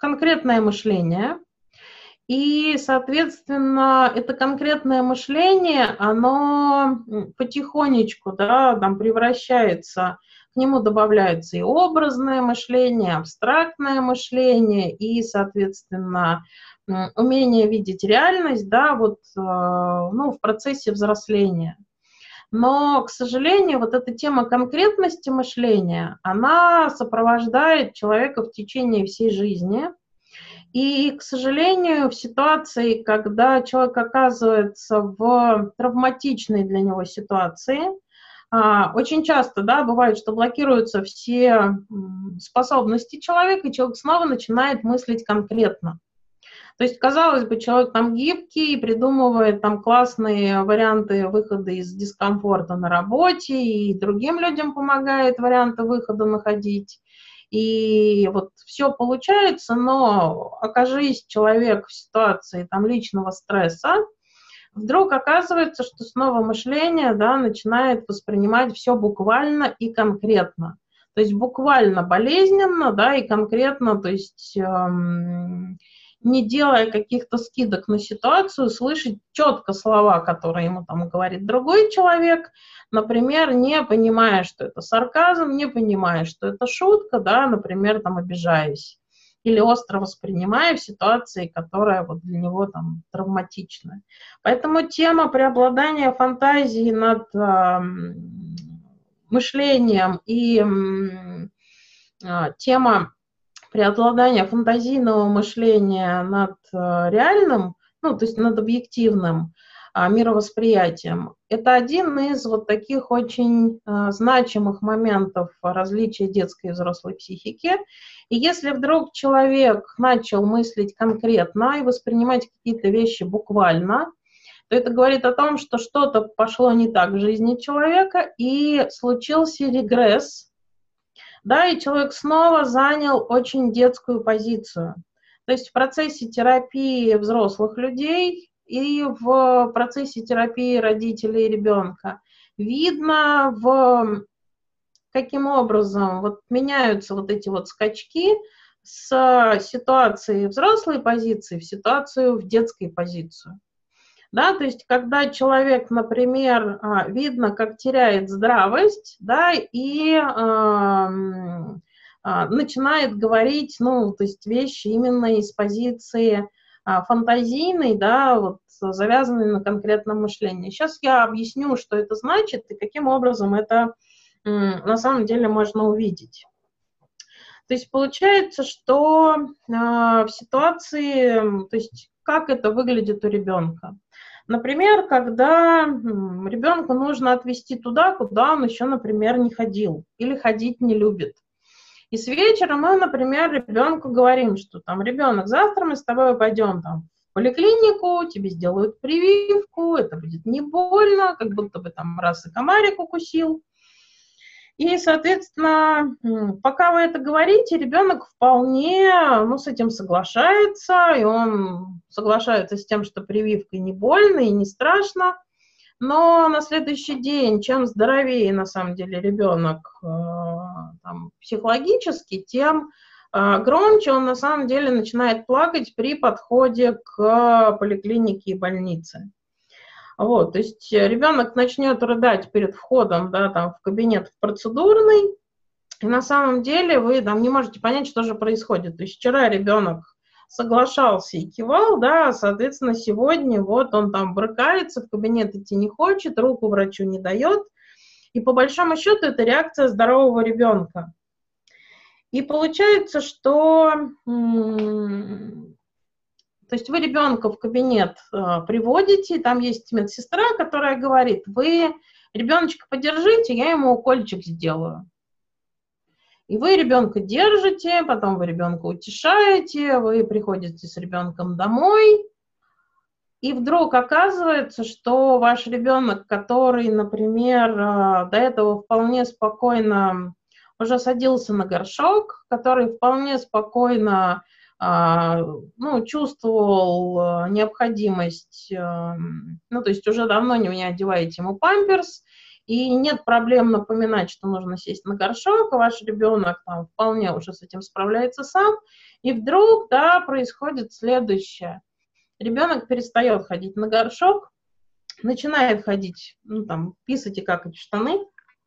S1: конкретное мышление. И, соответственно, это конкретное мышление, оно потихонечку, да, там превращается, к нему добавляется и образное мышление, абстрактное мышление, и, соответственно, умение видеть реальность, да, вот, ну, в процессе взросления. Но, к сожалению, вот эта тема конкретности мышления, она сопровождает человека в течение всей жизни. И, к сожалению, в ситуации, когда человек оказывается в травматичной для него ситуации, очень часто, да, бывает, что блокируются все способности человека, и человек снова начинает мыслить конкретно. То есть, казалось бы, человек там гибкий, придумывает там классные варианты выхода из дискомфорта на работе, и другим людям помогает варианты выхода находить. И вот все получается, но окажись человек в ситуации там личного стресса, вдруг оказывается, что снова мышление, да, начинает воспринимать все буквально и конкретно. То есть буквально болезненно, да, и конкретно, то есть эм, не делая каких-то скидок на ситуацию, слышать четко слова, которые ему там говорит другой человек, например, не понимая, что это сарказм, не понимая, что это шутка, да, например, там обижаясь, или остро воспринимая в ситуации, которая вот для него там травматичная. Поэтому тема преобладания фантазии над э, мышлением и э, тема преобладания фантазийного мышления над э, реальным, ну, то есть над объективным э, мировосприятием, это один из вот таких очень э, значимых моментов различия детской и взрослой психики. И если вдруг человек начал мыслить конкретно и воспринимать какие-то вещи буквально, то это говорит о том, что что-то пошло не так в жизни человека, и случился регресс, да, и человек снова занял очень детскую позицию. То есть в процессе терапии взрослых людей и в процессе терапии родителей и ребенка видно, в каким образом вот меняются вот эти вот скачки с ситуации взрослой позиции в ситуацию в детской позицию. Да, то есть, когда человек, например, видно, как теряет здравость, да, и э, э, начинает говорить, ну, то есть, вещи именно из позиции э, фантазийной, да, вот, завязанной на конкретном мышлении. Сейчас я объясню, что это значит и каким образом это э, на самом деле можно увидеть. То есть, получается, что э, в ситуации, то есть, как это выглядит у ребенка. Например, когда ребенку нужно отвезти туда, куда он еще, например, не ходил или ходить не любит. И с вечера мы, например, ребенку говорим, что там, ребенок, завтра мы с тобой пойдем там в поликлинику, тебе сделают прививку, это будет не больно, как будто бы там раз и комарик укусил. И, соответственно, пока вы это говорите, ребенок вполне, ну, с этим соглашается, и он соглашается с тем, что прививка не больно и не страшно, но на следующий день, чем здоровее, на самом деле, ребенок э, там, психологически, тем э, громче он, на самом деле, начинает плакать при подходе к поликлинике и больнице. Вот, то есть ребенок начнет рыдать перед входом, да, там, в кабинет в процедурный, и на самом деле вы там не можете понять, что же происходит. То есть вчера ребенок соглашался и кивал, да, соответственно, сегодня вот он там брыкается, в кабинет идти не хочет, руку врачу не дает, и по большому счету это реакция здорового ребенка. И получается, что... М- То есть вы ребенка в кабинет э, приводите, там есть медсестра, которая говорит, вы ребеночка подержите, я ему укольчик сделаю. И вы ребенка держите, потом вы ребенка утешаете, вы приходите с ребенком домой, и вдруг оказывается, что ваш ребенок, который, например, э, до этого вполне спокойно уже садился на горшок, который вполне спокойно ну, чувствовал необходимость, ну, то есть уже давно не одеваете ему памперс, и нет проблем напоминать, что нужно сесть на горшок, а ваш ребенок там вполне уже с этим справляется сам, и вдруг, да, происходит следующее. Ребенок перестает ходить на горшок, начинает ходить, ну, там, писать и какать в штаны,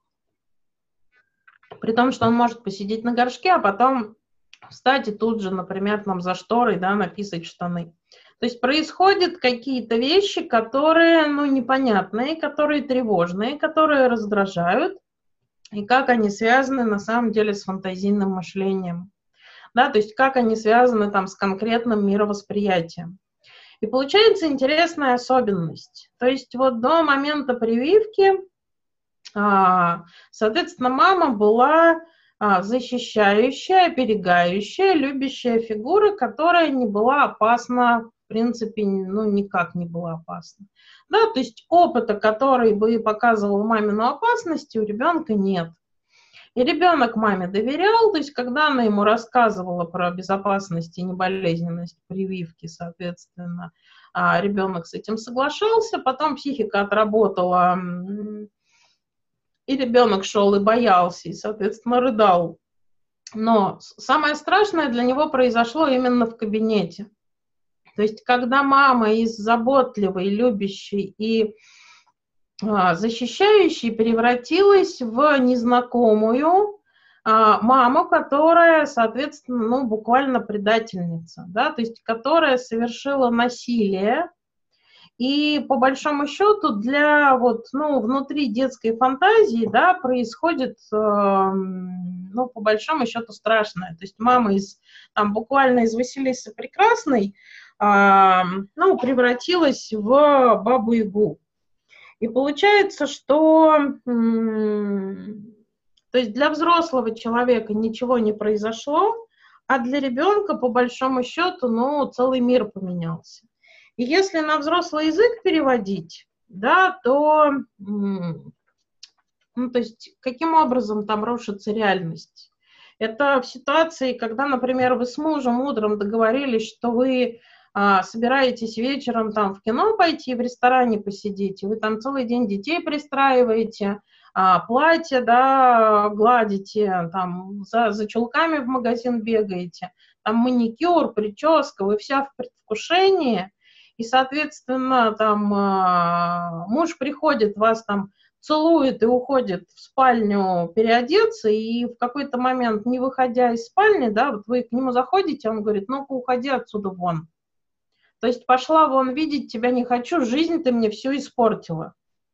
S1: при том, что он может посидеть на горшке, а потом встать и тут же, например, там, за шторой, да, написать в штаны. То есть происходят какие-то вещи, которые, ну, непонятные, которые тревожные, которые раздражают, и как они связаны на самом деле с фантазийным мышлением. Да, то есть как они связаны там с конкретным мировосприятием. И получается интересная особенность. То есть вот до момента прививки, соответственно, мама была защищающая, оберегающая, любящая фигура, которая не была опасна, в принципе, ну, никак не была опасна. Да, то есть опыта, который бы показывал мамину опасность, у ребенка нет. И ребенок маме доверял, то есть когда она ему рассказывала про безопасность и неболезненность прививки, соответственно, ребенок с этим соглашался, потом психика отработала, и ребенок шел и боялся, и, соответственно, рыдал. Но самое страшное для него произошло именно в кабинете. То есть когда мама из заботливой, любящей и защищающей превратилась в незнакомую а, маму, которая, соответственно, ну, буквально предательница, да, то есть которая совершила насилие. И по большому счету для вот, ну, внутри детской фантазии, да, происходит, э, ну, по большому счету страшное. То есть мама из, там, буквально из Василисы Прекрасной, э, ну, превратилась в Бабу-Ягу. И получается, что, то есть для взрослого человека ничего не произошло, а для ребенка, по большому счету, ну, целый мир поменялся. И если на взрослый язык переводить, да, то, ну, то есть каким образом там рушится реальность? Это в ситуации, когда, например, вы с мужем утром договорились, что вы а, собираетесь вечером там в кино пойти, в ресторане посидеть, и вы там целый день детей пристраиваете, а, платье, да, гладите, там за, за чулками в магазин бегаете, там маникюр, прическа, вы вся в предвкушении, и, соответственно, там а, муж приходит, вас там целует и уходит в спальню переодеться, и в какой-то момент, не выходя из спальни, да, вот вы к нему заходите, он говорит: ну-ка, уходи отсюда вон. То есть пошла вон, видеть тебя не хочу, жизнь ты мне всю испортила.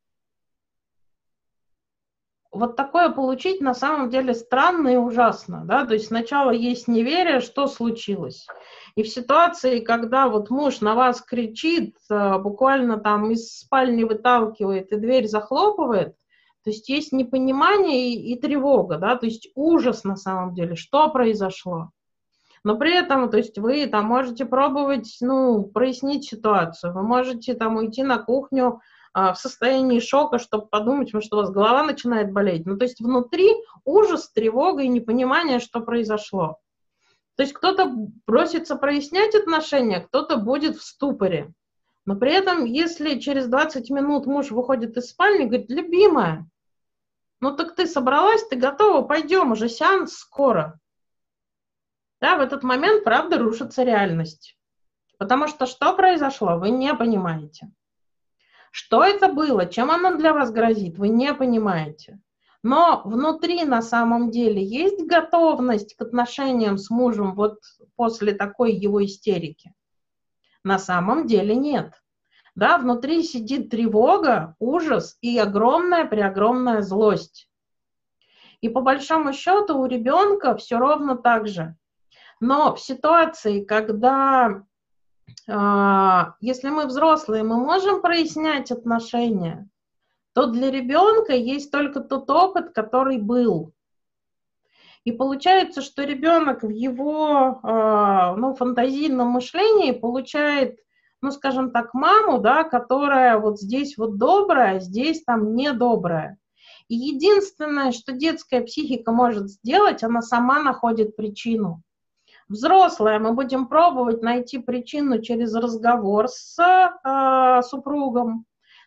S1: Вот такое получить на самом деле странно и ужасно, да, то есть сначала есть неверие, что случилось. И в ситуации, когда вот муж на вас кричит, буквально там из спальни выталкивает и дверь захлопывает, то есть есть непонимание и, и тревога, да, то есть ужас на самом деле, что произошло. Но при этом, то есть вы там можете пробовать, ну, прояснить ситуацию, вы можете там уйти на кухню а, в состоянии шока, чтобы подумать, может, у вас голова начинает болеть. Ну, то есть внутри ужас, тревога и непонимание, что произошло. То есть кто-то бросится прояснять отношения, кто-то будет в ступоре. Но при этом, если через двадцать минут муж выходит из спальни и говорит: любимая, ну так ты собралась, ты готова, пойдем, уже сеанс скоро. Да, в этот момент, правда, рушится реальность. Потому что что произошло, вы не понимаете. Что это было, чем оно для вас грозит, вы не понимаете. Но внутри на самом деле есть готовность к отношениям с мужем вот после такой его истерики? На самом деле нет. Да, внутри сидит тревога, ужас и огромная-преогромная злость. И по большому счету у ребенка все ровно так же. Но в ситуации, когда, э, если мы взрослые, мы можем прояснять отношения, то для ребенка есть только тот опыт, который был. И получается, что ребенок в его э, ну, фантазийном мышлении получает, ну, скажем так, маму, да, которая вот здесь вот добрая, а здесь там недобрая. И единственное, что детская психика может сделать, она сама находит причину. Взрослая, мы будем пробовать найти причину через разговор с э, супругом.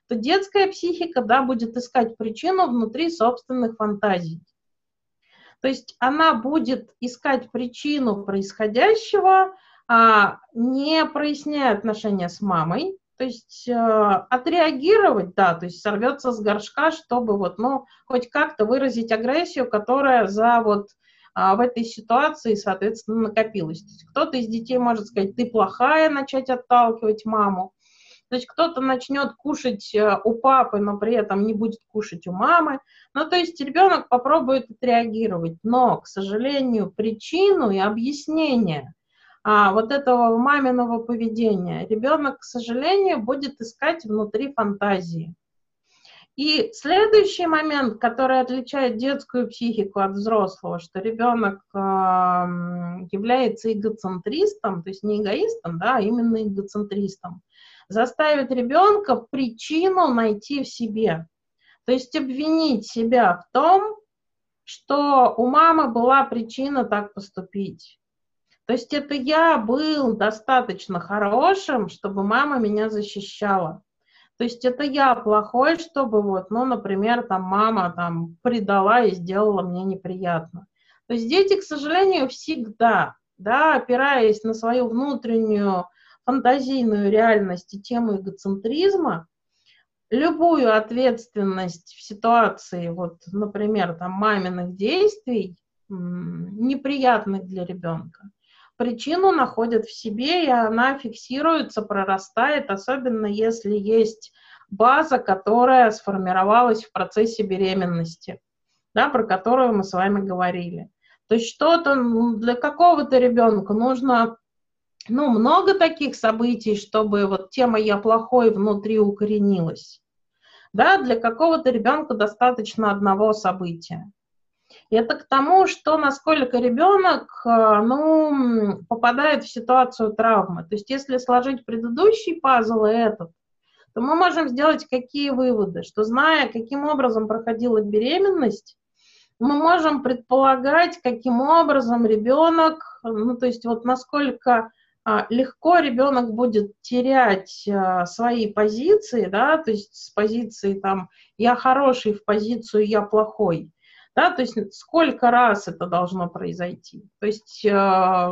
S1: то детская психика, да, будет искать причину внутри собственных фантазий. То есть она будет искать причину происходящего, а, не проясняя отношения с мамой, то есть э, отреагировать, да, то есть сорвется с горшка, чтобы вот, ну, хоть как-то выразить агрессию, которая за вот а, в этой ситуации, соответственно, накопилась. То есть кто-то из детей может сказать, ты плохая, начать отталкивать маму. То есть кто-то начнет кушать у папы, но при этом не будет кушать у мамы. Ну, то есть ребенок попробует отреагировать, но, к сожалению, причину и объяснение а, вот этого маминого поведения ребенок, к сожалению, будет искать внутри фантазии. И следующий момент, который отличает детскую психику от взрослого, что ребенок э, является эгоцентристом, то есть не эгоистом, да, а именно эгоцентристом, заставит ребенка причину найти в себе. То есть обвинить себя в том, что у мамы была причина так поступить. То есть это я был достаточно хорошим, чтобы мама меня защищала. То есть это я плохой, чтобы вот, ну, например, там мама там предала и сделала мне неприятно. То есть дети, к сожалению, всегда, да, опираясь на свою внутреннюю фантазийную реальность и тему эгоцентризма, любую ответственность в ситуации, вот, например, там маминых действий, неприятных для ребенка, причину находят в себе, и она фиксируется, прорастает, особенно если есть база, которая сформировалась в процессе беременности, да, про которую мы с вами говорили. То есть что-то для какого-то ребенка нужно, ну, много таких событий, чтобы вот тема «я плохой» внутри укоренилась. Да, для какого-то ребенка достаточно одного события. И это к тому, что насколько ребенок, ну, попадает в ситуацию травмы. То есть если сложить предыдущий пазл и этот, то мы можем сделать какие выводы? Что, зная, каким образом проходила беременность, мы можем предполагать, каким образом ребенок, ну, то есть вот насколько а, легко ребенок будет терять а, свои позиции, да, то есть с позиции там «я хороший» в позицию «я плохой». Да, то есть сколько раз это должно произойти. То есть э, э,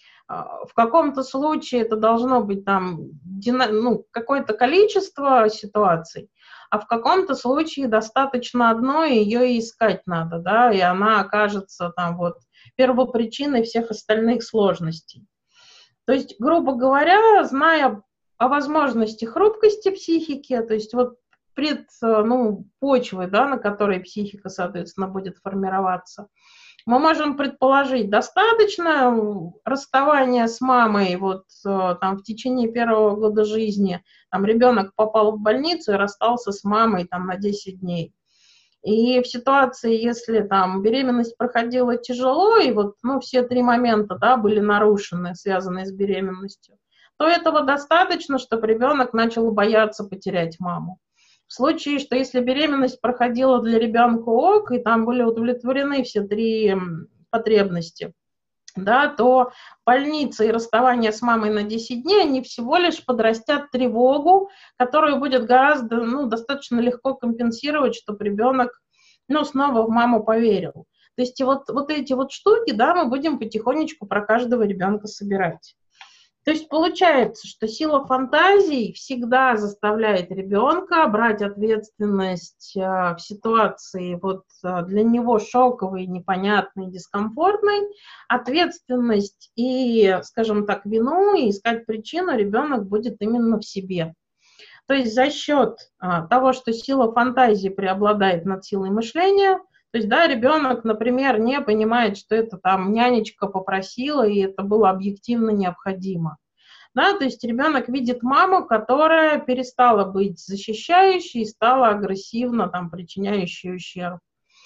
S1: в каком-то случае это должно быть там, ну, какое-то количество ситуаций, а в каком-то случае достаточно одной, и ее и искать надо, да, и она окажется там вот первопричиной всех остальных сложностей. То есть, грубо говоря, зная о возможности хрупкости психики, то есть вот пред, ну, почвой, да, на которой психика, соответственно, будет формироваться, мы можем предположить, достаточно расставания с мамой вот там в течение первого года жизни, там ребенок попал в больницу и расстался с мамой там на десять дней. И в ситуации, если там беременность проходила тяжело, и вот, ну, все три момента, да, были нарушены, связанные с беременностью, то этого достаточно, чтобы ребенок начал бояться потерять маму. В случае, что если беременность проходила для ребенка ок, и там были удовлетворены все три потребности, да, то больница и расставание с мамой на десять дней, они всего лишь подрастят тревогу, которую будет гораздо, ну, достаточно легко компенсировать, чтобы ребенок, ну, снова в маму поверил. То есть вот, вот эти вот штуки, да, мы будем потихонечку про каждого ребенка собирать. То есть получается, что сила фантазий всегда заставляет ребенка брать ответственность в ситуации вот для него шоковой, непонятной, дискомфортной. Ответственность и, скажем так, вину, и искать причину ребенок будет именно в себе. То есть за счет того, что сила фантазии преобладает над силой мышления, то есть, да, ребенок, например, не понимает, что это там нянечка попросила, и это было объективно необходимо. Да, то есть ребенок видит маму, которая перестала быть защищающей и стала агрессивно там, причиняющей ущерб.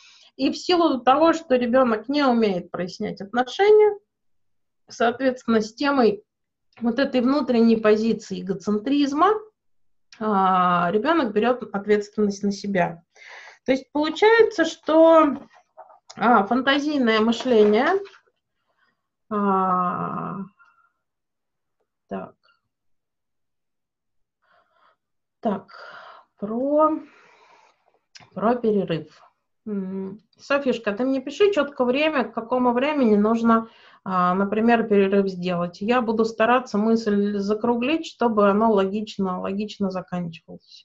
S1: И в силу того, что ребенок не умеет прояснять отношения, соответственно, с темой вот этой внутренней позиции эгоцентризма ребенок берет ответственность на себя. То есть получается, что а, фантазийное мышление, а, так, так, про, про перерыв. Софишка, ты мне пиши четко время, к какому времени нужно, например, перерыв сделать. Я буду стараться мысль закруглить, чтобы оно логично, логично заканчивалось.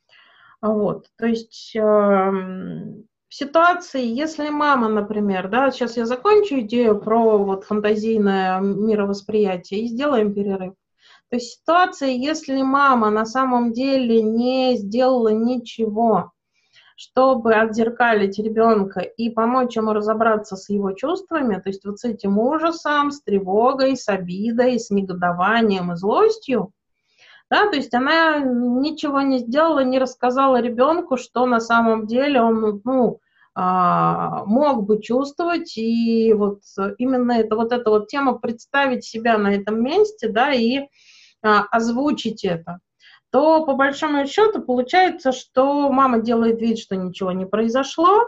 S1: Вот, то есть э, в ситуации, если мама, например, да, сейчас я закончу идею про вот фантазийное мировосприятие и сделаем перерыв. То есть в ситуации, если мама на самом деле не сделала ничего, чтобы отзеркалить ребенка и помочь ему разобраться с его чувствами, то есть вот с этим ужасом, с тревогой, с обидой, с негодованием и злостью, да, то есть она ничего не сделала, не рассказала ребенку, что на самом деле он, ну, а, мог бы чувствовать, и вот именно это, вот эта вот тема представить себя на этом месте, да, и а, озвучить это, то по большому счету получается, что мама делает вид, что ничего не произошло,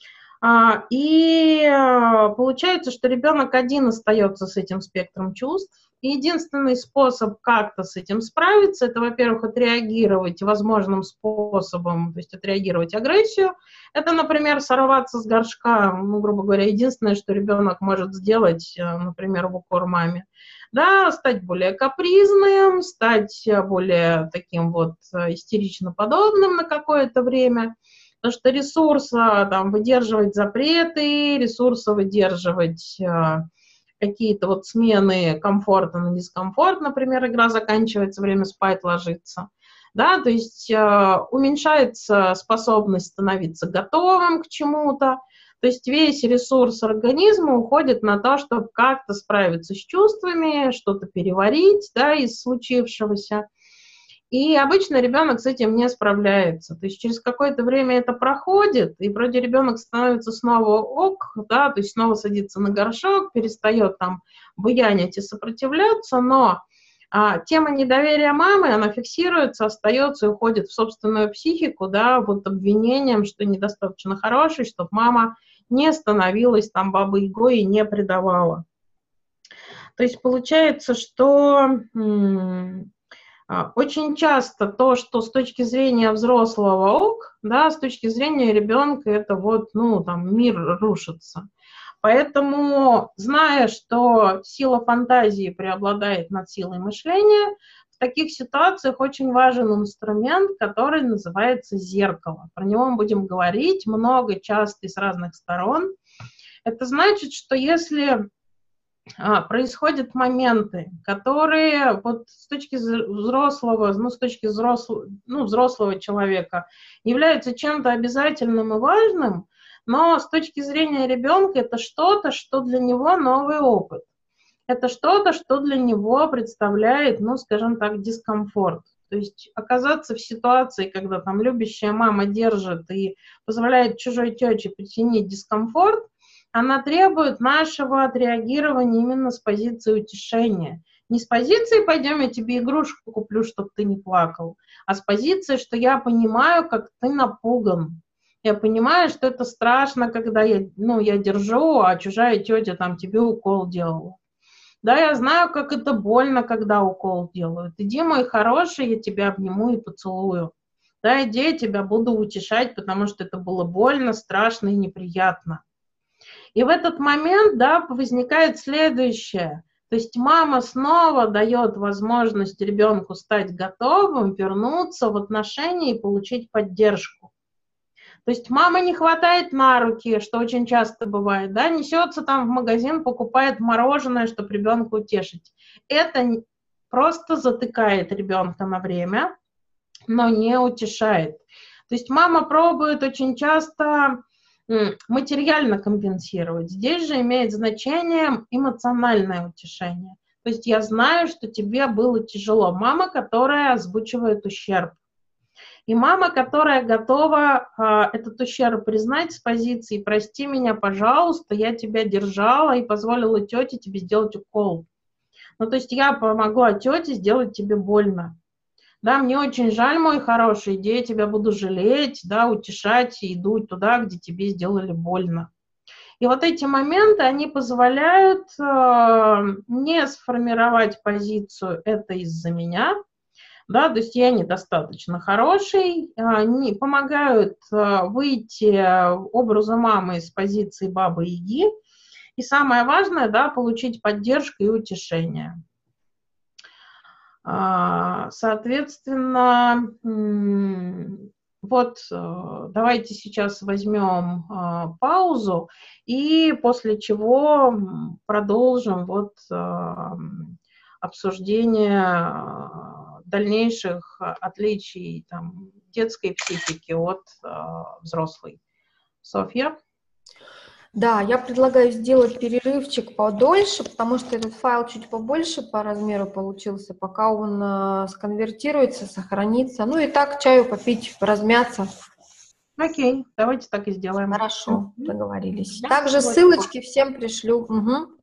S1: а, и получается, что ребенок один остается с этим спектром чувств. И единственный способ как-то с этим справиться, это, во-первых, отреагировать возможным способом, то есть отреагировать агрессию. Это, например, сорваться с горшка, ну, грубо говоря, единственное, что ребенок может сделать, например, в укор маме. Да, стать более капризным, стать более таким вот истерично подобным на какое-то время. Потому что ресурса там выдерживать запреты, ресурса выдерживать какие-то вот смены комфорта на дискомфорт, например, игра заканчивается, время спать ложиться, да, то есть э, уменьшается способность становиться готовым к чему-то, то есть весь ресурс организма уходит на то, чтобы как-то справиться с чувствами, что-то переварить, да, из случившегося. И обычно ребенок с этим не справляется. То есть через какое-то время это проходит, и вроде ребенок становится снова ок, да, то есть снова садится на горшок, перестает там буянить и сопротивляться, но а, тема недоверия мамы, она фиксируется, остается и уходит в собственную психику, да, вот обвинением, что недостаточно хороший, чтобы мама не становилась там бабой-ягой и не предавала. То есть получается, что... М- Очень часто то, что с точки зрения взрослого ок, да, с точки зрения ребенка это вот, ну, там, мир рушится. Поэтому, зная, что сила фантазии преобладает над силой мышления, в таких ситуациях очень важен инструмент, который называется зеркало. Про него мы будем говорить много, часто и с разных сторон. Это значит, что если... А, происходят моменты, которые вот с точки взрослого, ну, с точки взрослого, ну, взрослого человека являются чем-то обязательным и важным, но с точки зрения ребенка это что-то, что для него новый опыт. Это что-то, что для него представляет, ну, скажем так, дискомфорт. То есть оказаться в ситуации, когда там любящая мама держит и позволяет чужой тете причинить дискомфорт, она требует нашего отреагирования именно с позиции утешения. Не с позиции «пойдем, я тебе игрушку куплю, чтобы ты не плакал», а с позиции, что я понимаю, как ты напуган. Я понимаю, что это страшно, когда я, ну, я держу, а чужая тетя там тебе укол делала. Да, я знаю, как это больно, когда укол делают. Иди, мой хороший, я тебя обниму и поцелую. Да, иди, я тебя буду утешать, потому что это было больно, страшно и неприятно. И в этот момент, да, возникает следующее. То есть мама снова дает возможность ребенку стать готовым, вернуться в отношения и получить поддержку. То есть мама не хватает на руки, что очень часто бывает, да, несется там в магазин, покупает мороженое, чтобы ребенка утешить. Это просто затыкает ребенка на время, но не утешает. То есть мама пробует очень часто... материально компенсировать. Здесь же имеет значение эмоциональное утешение. То есть я знаю, что тебе было тяжело. Мама, которая озвучивает ущерб. И мама, которая готова э, этот ущерб признать с позиции «прости меня, пожалуйста, я тебя держала и позволила тете тебе сделать укол». Ну, то есть я помогла тете сделать тебе больно. Да, мне очень жаль, мой хороший, где я тебя буду жалеть, да, утешать и идут туда, где тебе сделали больно. И вот эти моменты, они позволяют э, не сформировать позицию «это из-за меня», да, то есть я недостаточно хороший, они помогают выйти образу мамы из позиции бабы-яги, и самое важное, да, получить поддержку и утешение. Соответственно, вот давайте сейчас возьмем паузу, и после чего продолжим вот обсуждение дальнейших отличий там, детской психики от взрослой. Софья?
S2: Да, я предлагаю сделать перерывчик подольше, потому что этот файл чуть побольше по размеру получился, пока он э, сконвертируется, сохранится. Ну и так чаю попить, размяться.
S1: Окей, давайте так и сделаем.
S2: Хорошо, договорились.
S1: Да,
S2: Также ссылочки всем пришлю. Угу.